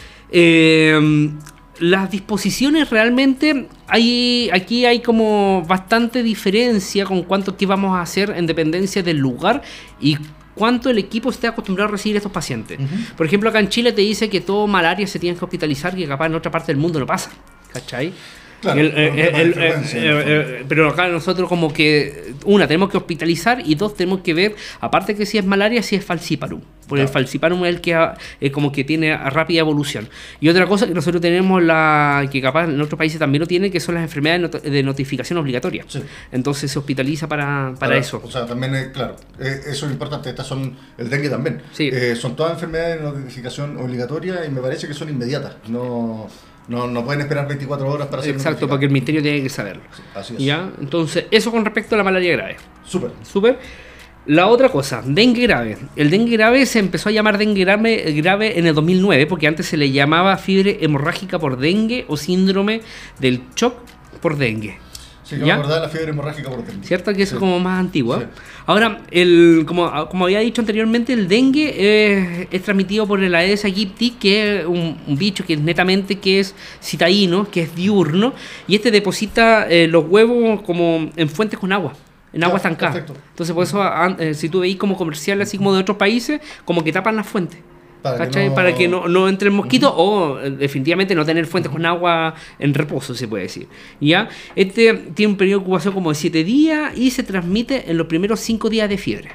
Eh, las disposiciones realmente hay, aquí hay como bastante diferencia con cuánto que vamos a hacer en dependencia del lugar y cuánto el equipo esté acostumbrado a recibir a estos pacientes. Uh-huh. Por ejemplo, acá en Chile te dice que todo malaria se tiene que hospitalizar, que capaz en otra parte del mundo no pasa, ¿cachai? Claro, El- es un el- tema de el- frecuencia, el- en el fondo. el- pero acá nosotros como que, una, tenemos que hospitalizar y dos, tenemos que ver, aparte que si es malaria, si es falciparum. Porque Claro. el falciparum es el que ha- es como que tiene a rápida evolución. Y otra cosa que nosotros tenemos, la que capaz en otros países también lo tienen, que son las enfermedades not- de notificación obligatoria. Sí. Entonces se hospitaliza para, para Ahora, eso. O sea, también, es, claro, eh, eso es importante. Estas son, el dengue también. Sí. Eh, son todas enfermedades de notificación obligatoria y me parece que son inmediatas. No, no, no pueden esperar veinticuatro horas para ser Exacto, porque el ministerio tiene que saberlo. Sí, así es. ¿Ya? Entonces, eso con respecto a la malaria grave. Súper. Súper. La otra cosa, dengue grave. El dengue grave se empezó a llamar dengue grave, grave en el dos mil nueve, porque antes se le llamaba fiebre hemorrágica por dengue o síndrome del shock por dengue. Sí, yo ¿Ya? me acordaba de la fiebre hemorrágica por dengue. ¿Cierto? Que eso Sí. es como más antigua. Sí. Ahora, el, como, como había dicho anteriormente, el dengue eh, es transmitido por el Aedes aegypti, que es un, un bicho que es netamente que es citadino, que es diurno, y este deposita eh, los huevos como en fuentes con agua. En agua Ya, estancada. perfecto. Entonces, por eso, an- eh, si tú veis como comerciales así como de otros países, como que tapan las fuentes. Para que ¿Cachai? no- Para que no, no entre el mosquito o eh, definitivamente no tener fuentes con agua en reposo, se puede decir. ¿Ya? Este tiene un periodo de incubación como de siete días y se transmite en los primeros cinco días de fiebre.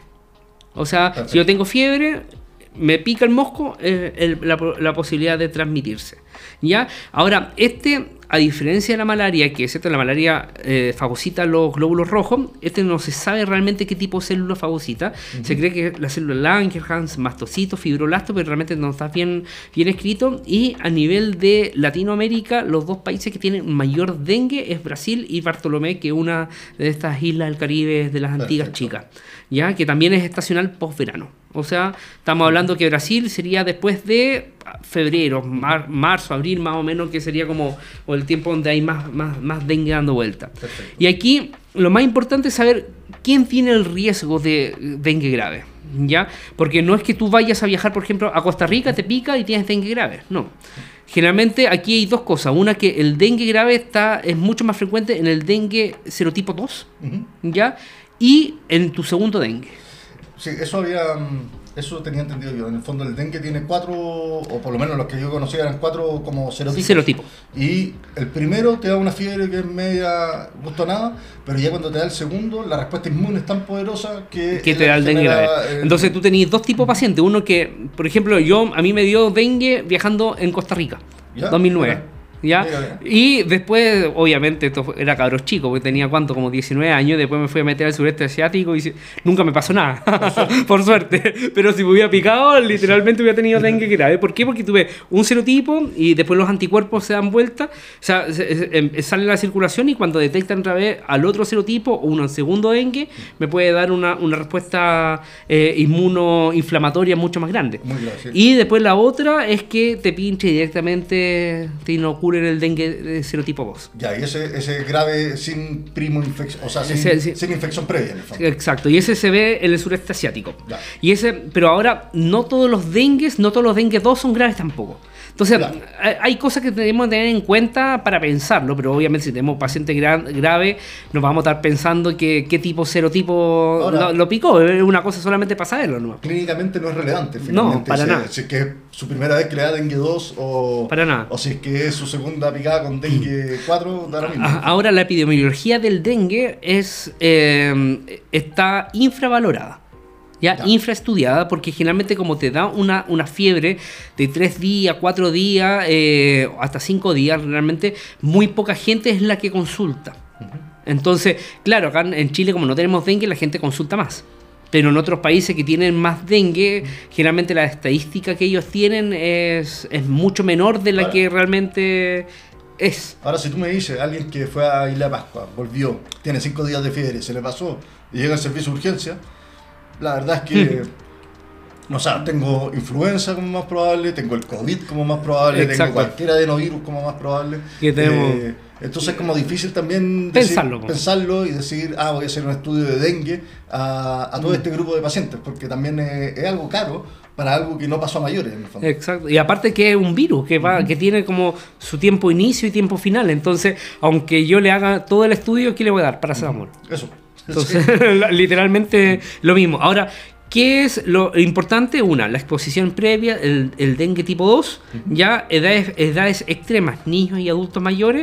O sea, Perfecto. si yo tengo fiebre, me pica el mosco, eh, el- la, la posibilidad de transmitirse. ¿Ya? Ahora, este, a diferencia de la malaria, que excepto la malaria eh, fagocita los glóbulos rojos, este no se sabe realmente qué tipo de célula fagocita. Se cree que la célula Langerhans, mastocito, fibroblasto, pero realmente no está bien, bien escrito. Y a nivel de Latinoamérica, los dos países que tienen mayor dengue es Brasil y Bartolomé, que es una de estas islas del Caribe de las antiguas Perfecto. chicas, ya que también es estacional post-verano. O sea, estamos hablando que Brasil sería después de febrero, mar- marzo, abril más o menos, que sería como o el tiempo donde hay más, más, más dengue dando vuelta. Perfecto. Y aquí lo más importante es saber quién tiene el riesgo de dengue grave, ¿ya? Porque no es que tú vayas a viajar, por ejemplo, a Costa Rica, te pica y tienes dengue grave, no. Generalmente aquí hay dos cosas. Una, que el dengue grave está, es mucho más frecuente en el dengue serotipo dos, Ujú. ¿ya? Y en tu segundo dengue. Sí, eso había, mm, eso tenía entendido yo. En el fondo el dengue tiene cuatro, o por lo menos los que yo conocía eran cuatro como serotipos. Serotipo. Y el primero te da una fiebre que es media gusto a nada, pero ya cuando te da el segundo, la respuesta inmune es tan poderosa que... Que es te la da el que dengue genera grave. el- Entonces tú tenías dos tipos de pacientes. Uno que, por ejemplo, yo a mí me dio dengue viajando en Costa Rica, ¿Ya? dos mil nueve. Mira. ¿Ya? Mira, mira. Y después, obviamente, esto fue- era cabros chico, porque tenía cuánto, como diecinueve años. Después me fui a meter al sureste asiático y se- nunca me pasó nada, por suerte. Pero si me hubiera picado, literalmente hubiera tenido dengue grave. ¿Por qué? Porque tuve un serotipo y después los anticuerpos se dan vuelta, o sea, se- se- em- sale la circulación y cuando detectan otra vez al otro serotipo o un segundo dengue, me puede dar una, una respuesta eh, inmunoinflamatoria mucho más grande. Muy grave, sí. Y después la otra es que te pinche directamente, te inoculen el dengue de serotipo dos. Ya, y ese, ese es grave sin primo infección, o sea, sin, Ese- sí. sin infección previa en el fondo. Exacto, y ese se ve en el sureste asiático. Ya. Y ese, pero ahora no todos los dengues, no todos los dengue dos son graves tampoco. Entonces, Claro. hay- hay cosas que tenemos que tener en cuenta para pensarlo, pero obviamente si tenemos paciente gra- grave, nos vamos a estar pensando que qué tipo serotipo Ahora- lo, lo picó. Es una cosa solamente para saberlo, ¿no? Clínicamente no es relevante, No, finalmente. para si, nada. Si es que es su primera vez que le da dengue dos o, Para nada. o si es que es su segunda picada con dengue cuatro, da lo mismo. A- Ahora la epidemiología del dengue es eh, está infravalorada. Ya, Ya. infraestudiada, porque generalmente como te da una, una fiebre de tres días, cuatro días, eh, hasta cinco días, realmente muy poca gente es la que consulta. Entonces, claro, acá en Chile como no tenemos dengue, la gente consulta más. Pero en otros países que tienen más dengue, generalmente la estadística que ellos tienen es, es mucho menor de la Ahora- que realmente es. Ahora, si tú me dices, alguien que fue a Isla Pascua, volvió, tiene cinco días de fiebre, se le pasó y llega al servicio de urgencia, la verdad es que, no sé, tengo influenza como más probable, tengo el COVID como más probable, Exacto. tengo cualquier adenovirus como más probable. Que tenemos- Eh, entonces es como difícil también decir- Pensarlo, po. pensarlo y decir, ah, voy a hacer un estudio de dengue a, a todo este grupo de pacientes, porque también es, es algo caro para algo que no pasó a mayores en el fondo. Exacto. Y aparte que es un virus que va, que tiene como su tiempo inicio y tiempo final. Entonces, aunque yo le haga todo el estudio, ¿qué le voy a dar? Paracetamol. Eso. Entonces, literalmente lo mismo. Ahora, ¿qué es lo importante? Una, la exposición previa, el, el dengue tipo dos, ya edades, edades extremas, niños y adultos mayores,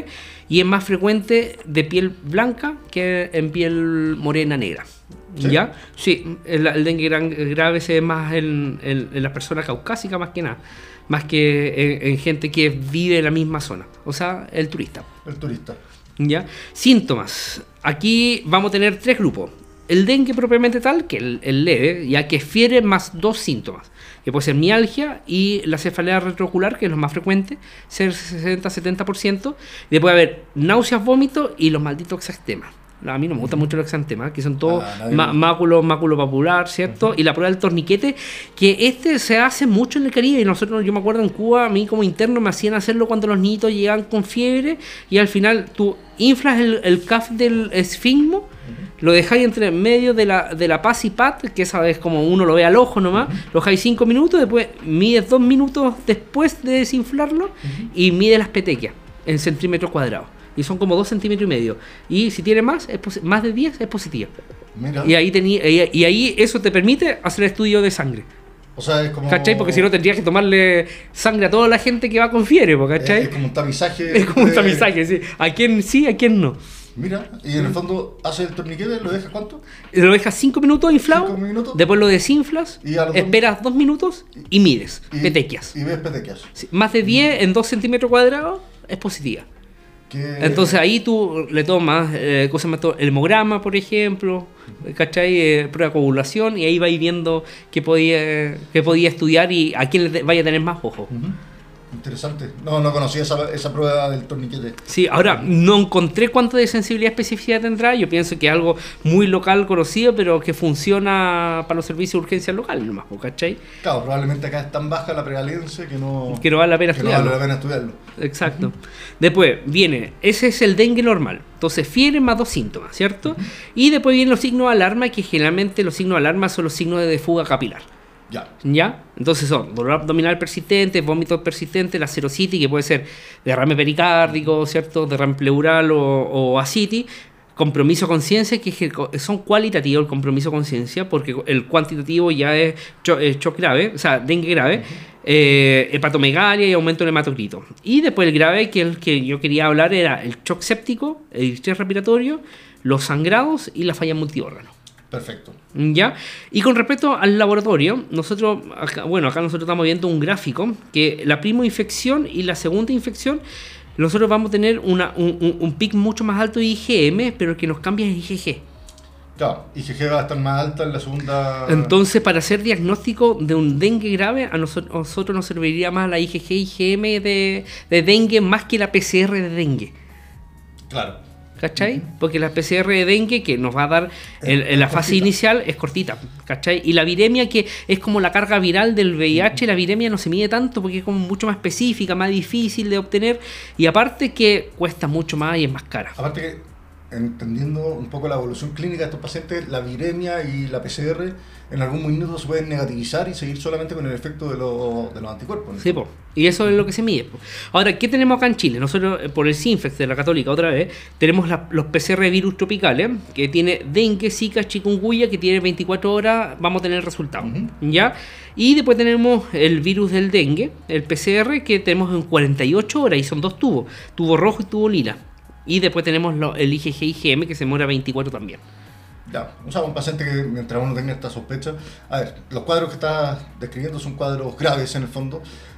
y es más frecuente de piel blanca que en piel morena negra. ¿Sí? ¿Ya? Sí, el, el dengue gran, grave se ve más en, en, en las personas caucásicas más que nada, más que en, en gente que vive en la misma zona, o sea, el turista. El turista. ¿Ya? Síntomas. Aquí vamos a tener tres grupos. El dengue propiamente tal, que el, el leve, ya que es fiebre más dos síntomas, que puede ser mialgia y la cefalea retroocular, que es lo más frecuente, ser sesenta a setenta por ciento. Y después haber náuseas, vómitos y los malditos exantemas. A mí no me gusta mucho los exantemas, que son todos ah, má máculo, máculo papular, ¿cierto? Uh-huh. Y la prueba del torniquete, que este se hace mucho en el Caribe. Y nosotros, yo me acuerdo en Cuba, a mí como interno me hacían hacerlo cuando los niñitos llegaban con fiebre. Y al final tú inflas el, el C A F del esfigmo, uh-huh. lo dejáis entre medio de la, de la paz y pat, que esa es como uno lo ve al ojo nomás, uh-huh. lo dejáis cinco minutos, después mides dos minutos después de desinflarlo, uh-huh. y mides las petequias en centímetros cuadrados. Y son como dos centímetros y medio. Y si tiene más, es más de diez, es positivo. Mira. Y ahí, tení, y, y ahí eso te permite hacer estudio de sangre. O sea, es como... ¿Cachai? Porque si no tendrías que tomarle sangre a toda la gente que va con fiebre, ¿cachai? Es, es como un tamizaje. Es como un tamizaje, sí. A quién sí, a quién no. Mira, y en el fondo hace el torniquete, ¿lo dejas cuánto? Lo dejas cinco minutos inflado, cinco minutos, después lo desinflas, esperas dos minutos y mides y, petequias. Y ves petequias. Sí, más de diez en dos centímetros cuadrados es positiva. ¿Qué? Entonces ahí tú le tomas eh, cosas más el hemograma, por ejemplo, ¿cachai? Eh, prueba de coagulación, y ahí vais viendo qué podía, qué podía estudiar y a quién le vaya a tener más ojo. Uh-huh. Interesante. No, no conocía esa, esa prueba del torniquete. Sí, ahora no encontré cuánto de sensibilidad y especificidad tendrá. Yo pienso que es algo muy local conocido, pero que funciona para los servicios de urgencia locales nomás, ¿cachai? Claro, probablemente acá es tan baja la prevalencia que no, que no vale la pena que estudiarlo. No vale la pena estudiarlo. Exacto. Uh-huh. Después viene, ese es el dengue normal. Entonces fiebre más dos síntomas, ¿cierto? Uh-huh. Y después vienen los signos de alarma, que generalmente los signos de alarma son los signos de fuga capilar. Ya. ¿Ya? Entonces son dolor abdominal persistente, vómitos persistentes, la serositis, que puede ser derrame pericárdico, ¿cierto? Derrame pleural o, o asitis. Compromiso conciencia, que son cualitativos el compromiso conciencia, porque el cuantitativo ya es shock grave, o sea, dengue grave, uh-huh. eh, hepatomegalia y aumento del hematocrito. Y después el grave, que el que yo quería hablar, era el shock séptico, el estrés respiratorio, los sangrados y la falla multiórgano. Perfecto. ¿Ya? Y con respecto al laboratorio, nosotros, acá, bueno, acá nosotros estamos viendo un gráfico que la primera infección y la segunda infección, nosotros vamos a tener una, un, un, un pic mucho más alto de I G M, pero que nos cambia es I G G. Claro, I G G va a estar más alta en la segunda... Entonces, para hacer diagnóstico de un dengue grave, a nosotros, a nosotros nos serviría más la I G G, I G M de, de dengue más que la P C R de dengue. Claro. ¿Cachai? Porque la P C R de dengue que nos va a dar en, en la fase cortita. Inicial es cortita, ¿cachai? Y la viremia, que es como la carga viral del V I H, la viremia no se mide tanto porque es como mucho más específica, más difícil de obtener, y aparte que cuesta mucho más y es más cara. Aparte que, entendiendo un poco la evolución clínica de estos pacientes, la viremia y la P C R en algún minuto se pueden negativizar y seguir solamente con el efecto de, lo, de los anticuerpos, ¿no? Sí, po. Y eso es lo que se mide, po. Ahora, ¿qué tenemos acá en Chile? Nosotros, por el SINFEX de la Católica, otra vez, tenemos la, los P C R virus tropicales, que tiene dengue, zika, chikungunya, que tiene veinticuatro horas, vamos a tener el resultado, uh-huh. ¿ya? Y después tenemos el virus del dengue, el P C R, que tenemos en cuarenta y ocho horas, y son dos tubos, tubo rojo y tubo lila. Y después tenemos lo, el I G G I G M, que se demora veinticuatro también. Ya, o sea, un paciente que mientras uno tenga esta sospecha, a ver, los cuadros que está describiendo son cuadros graves en el fondo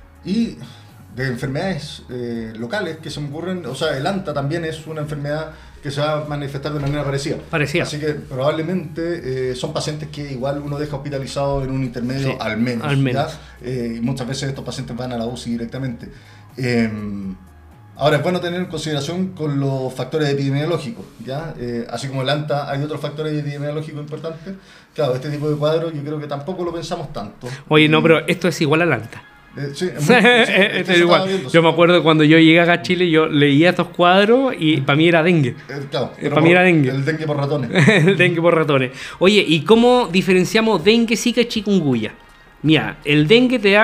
y de enfermedades eh, locales que se me ocurren, o sea, el ANTA también es una enfermedad que se va a manifestar de manera parecida. Parecida. Así que probablemente eh, son pacientes que igual uno deja hospitalizado en un intermedio, sí, al menos. Al menos. Eh, y muchas veces estos pacientes van a la U C I directamente. Eh, Ahora, es bueno tener en consideración con los factores epidemiológicos, ¿ya? Eh, así como el ANTA, hay otros factores epidemiológicos importantes. Claro, este tipo de cuadros yo creo que tampoco lo pensamos tanto. Oye, no, pero esto es igual al ANTA. Eh, sí, es muy, sí, es es igual. Viendo, yo me acuerdo cuando yo llegué acá a Chile, yo leía estos cuadros y para mí era dengue. Eh, claro, eh, para mí era dengue. El dengue por ratones. El dengue por ratones. Oye, ¿y cómo diferenciamos dengue, zika y chikungunya? Mira, el dengue te da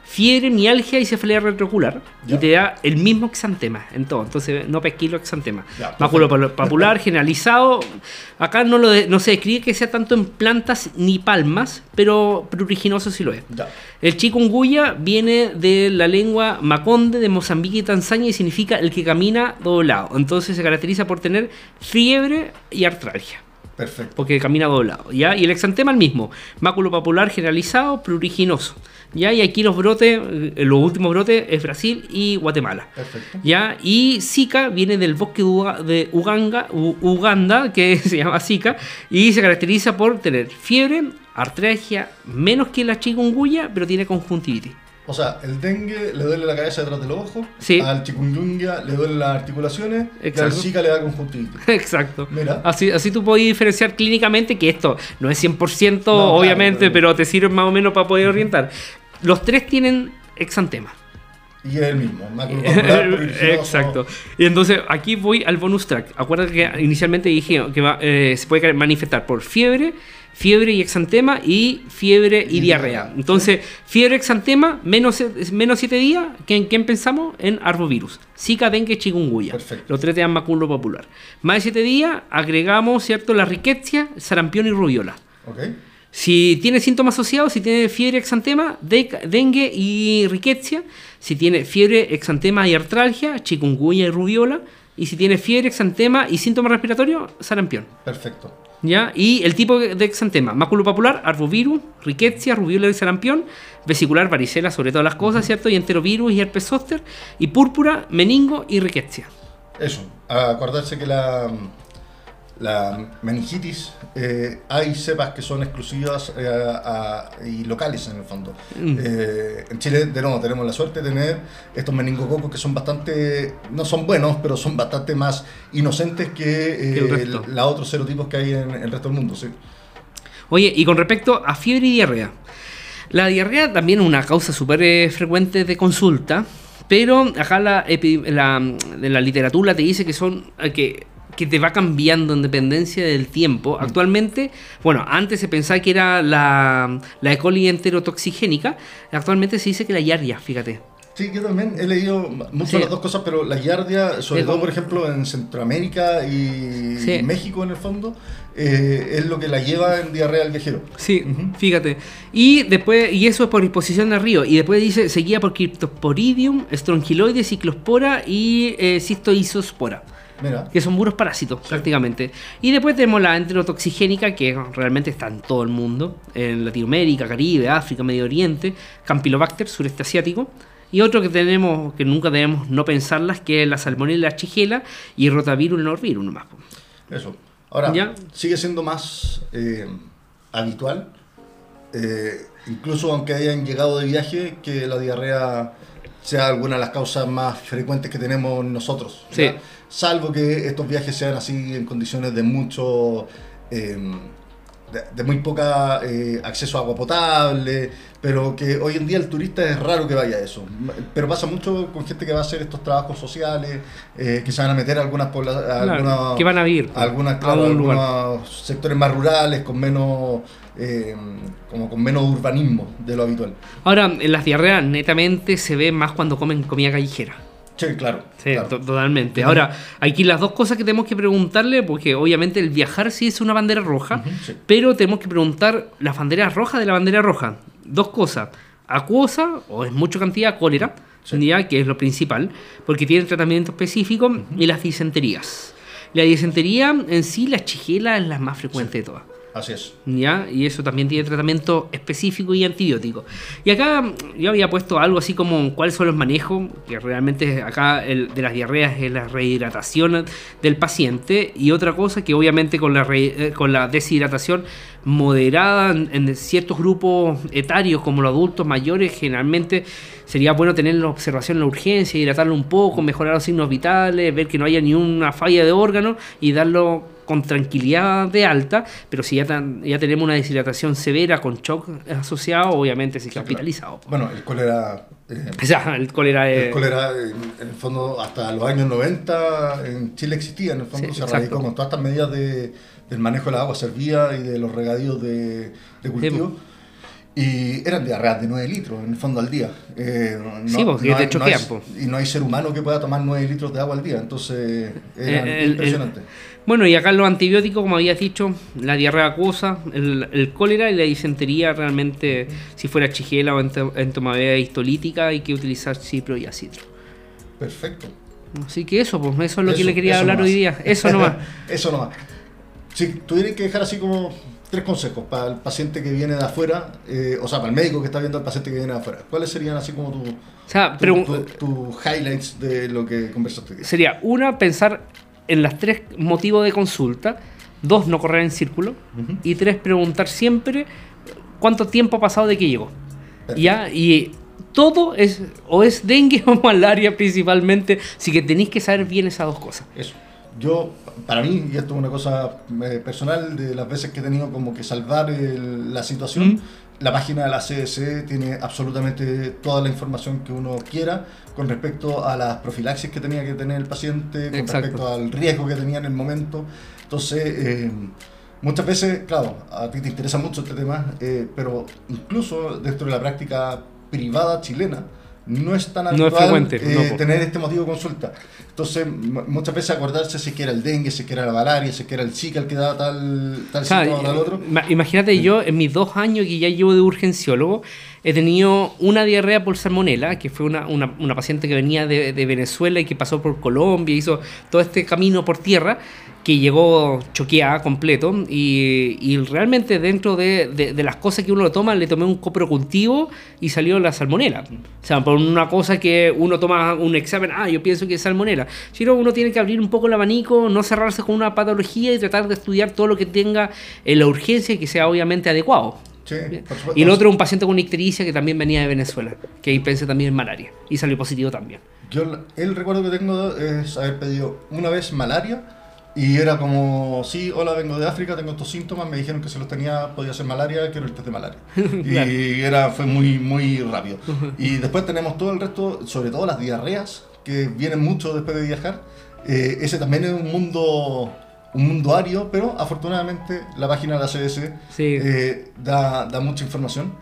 fiebre, mialgia y cefalea retroocular. Ya. Y te da el mismo exantema en todo. Entonces, no pesquilo exantema. Ya, Máculo perfecto. papular generalizado. Acá no, lo de- no se describe que sea tanto en plantas ni palmas, pero pruriginoso sí lo es. Ya. El chikungunya viene de la lengua maconde de Mozambique y Tanzania y significa el que camina doblado. Entonces se caracteriza por tener fiebre y artralgia, Perfecto. porque camina doblado, ¿ya? Y el exantema el mismo, máculo papular generalizado, pruriginoso, ¿ya? Y aquí los brotes, eh, los últimos brotes es Brasil y Guatemala. Perfecto. ¿Ya? Y Zika viene del bosque de Uga- de Uganda, U- Uganda, que se llama Zika, y se caracteriza por tener fiebre, artralgia, menos que la chikungunya, pero tiene conjuntivitis. O sea, el dengue le duele la cabeza detrás de los ojos, Sí. al chikungunya le duelen las articulaciones y al Exacto. Zika le da conjuntivitis. Exacto. Mira. Así, así tú podés diferenciar clínicamente que esto no es cien por ciento, No, claro, obviamente, pero- pero te sirve más o menos para poder orientar. Los tres tienen exantema. Y es el mismo, máculo papular, pruriginoso. Exacto. Y entonces aquí voy al bonus track. Acuérdate que inicialmente dije que va, eh, se puede manifestar por fiebre, fiebre y exantema y fiebre y, Y diarrea. diarrea. Entonces, fiebre, exantema, menos, menos siete días. ¿En quién pensamos? En arbovirus. Zika, dengue, chikungunya. Perfecto. Los tres te dan máculo papular. Más de siete días agregamos, ¿cierto?, la riquezia, sarampión y rubiola. Ok. Si tiene síntomas asociados, si tiene fiebre, exantema, de- dengue y riquezia. Si tiene fiebre, exantema y artralgia, chikungunya y rubiola. Y si tiene fiebre, exantema y síntomas respiratorios, sarampión. Perfecto. ¿Ya? Y el tipo de exantema, máculo papular, arbovirus, riquezia, rubiola y sarampión, vesicular, varicela, sobre todas las cosas, ¿cierto? Y enterovirus y herpes zóster, y púrpura, meningo y riquezia. Eso, acordarse que la, la meningitis, eh, hay cepas que son exclusivas eh, a- a- y locales en el fondo. Mm. Eh, en Chile, de nuevo, tenemos la suerte de tener estos meningococos que son bastante, no son buenos, pero son bastante más inocentes que, eh, Que el resto. los otros serotipos que hay en, en el resto del mundo. Sí. Oye, y con respecto a fiebre y diarrea. La diarrea también es una causa súper eh, frecuente de consulta, pero acá la, epi- la, en la literatura te dice que son eh, que, que te va cambiando en dependencia del tiempo. Actualmente, bueno, antes se pensaba que era la, la E. coli enterotoxigénica, actualmente se dice que la Giardia, fíjate. Sí, yo también he leído mucho Sí. las dos cosas, pero la giardia, sobre Es todo como- por ejemplo en Centroamérica y Sí. México en el fondo, eh, es lo que la lleva en diarrea al viajero. Sí, Ujú. fíjate. Y después, y eso es por exposición al río. Y después dice, seguía por Cryptosporidium, Strongyloides, Ciclospora y eh, Cistoisospora, Mira, que son puros parásitos prácticamente. Y después tenemos la enterotoxigénica, que realmente está en todo el mundo, en Latinoamérica, Caribe, África, Medio Oriente, Campylobacter, sureste asiático. Y otro que tenemos, que nunca debemos no pensarlas, que es la Salmonella Shigella y el Rotavirus Norvirus nomás. po. eso. Ahora, ¿Ya? sigue siendo más eh, habitual, eh, incluso aunque hayan llegado de viaje, que la diarrea sea alguna de las causas más frecuentes que tenemos nosotros. Sí. ¿ya? Salvo que estos viajes sean así en condiciones de mucho... eh, de, de muy poca eh, acceso a agua potable, pero que hoy en día el turista es raro que vaya a eso. Pero pasa mucho con gente que va a hacer estos trabajos sociales, eh, que se van a meter a algunas poblaciones, Claro, que van a vivir, a algunas, a claro, un lugar. algunos sectores más rurales, con menos eh, como con menos urbanismo de lo habitual. Ahora, en las diarreas netamente se ve más cuando comen comida callejera. Sí, claro. Sí, claro. to- totalmente. Ahora, aquí las dos cosas que tenemos que preguntarle, porque obviamente el viajar sí es una bandera roja, Ujú, sí. pero tenemos que preguntar las banderas rojas de la bandera roja. Dos cosas. Acuosa, o en mucha cantidad, cólera, Sí. ya, que es lo principal, porque tiene tratamiento específico, y las disenterías. La disentería en sí, la shigella es la más frecuente de todas. Así es. ¿Ya? Y eso también tiene tratamiento específico y antibiótico. Y acá yo había puesto algo así como cuáles son los manejos, que realmente acá el de las diarreas es la rehidratación del paciente, y otra cosa que obviamente con la, re- eh, con la deshidratación moderada en, en ciertos grupos etarios como los adultos mayores, generalmente sería bueno tener la observación en la urgencia, hidratarlo un poco, mejorar los signos vitales, ver que no haya ni una falla de órgano y darlo con tranquilidad de alta, pero si ya, tan- ya tenemos una deshidratación severa con shock asociado, obviamente se queda claro. hospitalizado. Bueno, el cólera... eh, O sea, el cólera es... El cólera, en, en el fondo, hasta los años noventa en Chile existía, en el fondo Sí, se exacto. radicó con todas estas medidas de, del manejo del agua servida y de los regadíos de, de cultivo. Y eran diarreas de nueve litros, en el fondo, al día. Eh, no, sí, porque no te hay, no choquean. hay, y no hay ser humano que pueda tomar nueve litros de agua al día, entonces era el, el, impresionante. El, bueno, y acá los antibióticos, como habías dicho, la diarrea acuosa, el, el cólera y la disentería, realmente, si fuera Shigella o entomavea histolítica, hay que utilizar cipro y acitro. Perfecto. Así que eso, pues eso es lo eso, que le quería hablar nomás. hoy día. Eso nomás. Eso nomás. Si tuvieran que dejar así como tres consejos para el paciente que viene de afuera, eh, o sea, para el médico que está viendo al paciente que viene de afuera, ¿cuáles serían así como tu, o sea, tu, tu, tu highlights de lo que conversaste? Sería, una, pensar en las tres motivos de consulta; dos, no correr en círculo; uh-huh. y tres, preguntar siempre cuánto tiempo ha pasado de que llegó. ¿Ya? Y todo es, o es dengue o malaria principalmente, así que tenéis que saber bien esas dos cosas. Eso. Yo, para mí, y esto es una cosa eh, personal, de las veces que he tenido como que salvar el, la situación, mm. la página de la C D C tiene absolutamente toda la información que uno quiera con respecto a las profilaxis que tenía que tener el paciente, con Exacto. respecto al riesgo que tenía en el momento. Entonces, eh, muchas veces, claro, a ti te interesa mucho este tema, eh, pero incluso dentro de la práctica privada chilena, no es tan habitual no es frecuente, eh, no, tener este motivo de consulta. Entonces, m- muchas veces acordarse si es que era el dengue, si es que era la malaria, si es que era el Zika el que daba tal, tal o sea, síntoma o tal otro. Imagínate, sí. Yo en mis dos años que ya llevo de urgenciólogo, he tenido una diarrea por salmonela, que fue una, una, una paciente que venía de, de Venezuela y que pasó por Colombia, hizo todo este camino por tierra, que llegó choqueada completo, y, y realmente dentro de, de, de las cosas que uno lo toma, le tomé un coprocultivo y salió la salmonela. O sea, por una cosa que uno toma un examen, ah, yo pienso que es salmonela. Si no, uno tiene que abrir un poco el abanico, no cerrarse con una patología y tratar de estudiar todo lo que tenga en la urgencia y que sea obviamente adecuado. Sí, y el otro, un paciente con ictericia que también venía de Venezuela, que ahí pensé también en malaria, y salió positivo también. Yo el recuerdo que tengo es haber pedido una vez malaria, y era como, sí, hola, vengo de África, tengo estos síntomas, me dijeron que si los tenía podía ser malaria, quiero el test de malaria. Claro. Y era, fue muy, muy rápido. Uh-huh. Y después tenemos todo el resto, sobre todo las diarreas, que vienen mucho después de viajar. Eh, ese también es un mundo... un mundo ario, pero afortunadamente la página de la C D C sí. eh, da, da mucha información.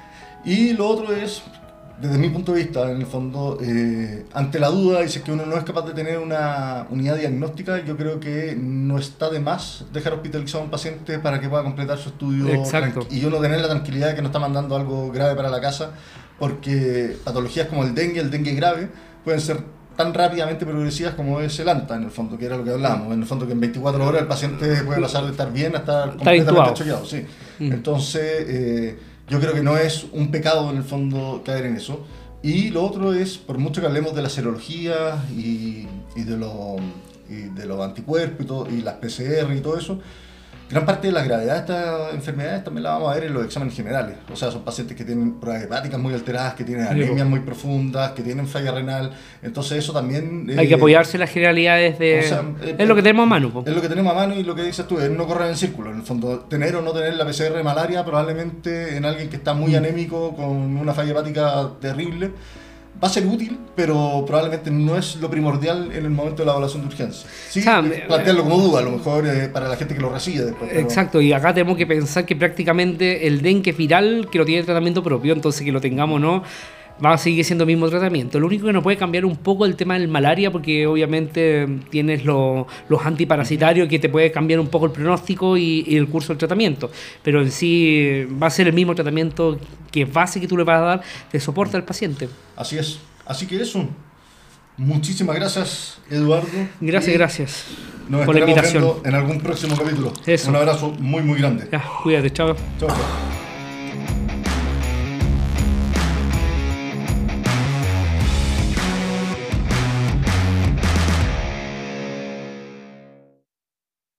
Y lo otro es, desde mi punto de vista, en el fondo, eh, ante la duda, y si es que uno no es capaz de tener una unidad diagnóstica, yo creo que no está de más dejar hospitalizado a un paciente para que pueda completar su estudio. Exacto. Y uno tener la tranquilidad de que no está mandando algo grave para la casa, porque patologías como el dengue, el dengue grave, pueden ser tan rápidamente progresivas como es el ANTA, en el fondo, que era lo que hablábamos. En el fondo, que en veinticuatro horas el paciente puede pasar de estar bien a estar completamente choqueado. Sí. Mm. Entonces, eh, yo creo que no es un pecado, en el fondo, caer en eso. Y lo otro es, por mucho que hablemos de la serología y, y, de, lo, y de los anticuerpos y, todo, y las P C R y todo eso, gran parte de la gravedad de estas enfermedades también la vamos a ver en los exámenes generales. O sea, son pacientes que tienen pruebas hepáticas muy alteradas, que tienen anemias muy profundas, que tienen falla renal. Entonces eso también... Hay eh, que apoyarse en las generalidades de... O sea, eh, es lo que tenemos a mano. Po. Es lo que tenemos a mano, y lo que dices tú, es no correr en círculo. En el fondo, tener o no tener la P C R de malaria, probablemente en alguien que está muy anémico, con una falla hepática terrible, va a ser útil, pero probablemente no es lo primordial en el momento de la evaluación de urgencia. Sí, o sea, plantearlo como duda, a lo mejor eh, para la gente que lo recibe después. Pero... Exacto, y acá tenemos que pensar que prácticamente el dengue es viral, que no tiene tratamiento propio, entonces que lo tengamos o no, va a seguir siendo el mismo tratamiento. Lo único que nos puede cambiar un poco el tema del malaria, porque obviamente tienes lo, los antiparasitarios que te puede cambiar un poco el pronóstico y, y el curso del tratamiento, pero en sí va a ser el mismo tratamiento que base que tú le vas a dar de soporte al paciente. Así es. Así que eso. Muchísimas gracias, Eduardo. Gracias, gracias nos por la invitación. Viendo en algún próximo capítulo. Eso. Un abrazo muy, muy grande. Ya, cuídate, chao. Chao, chao.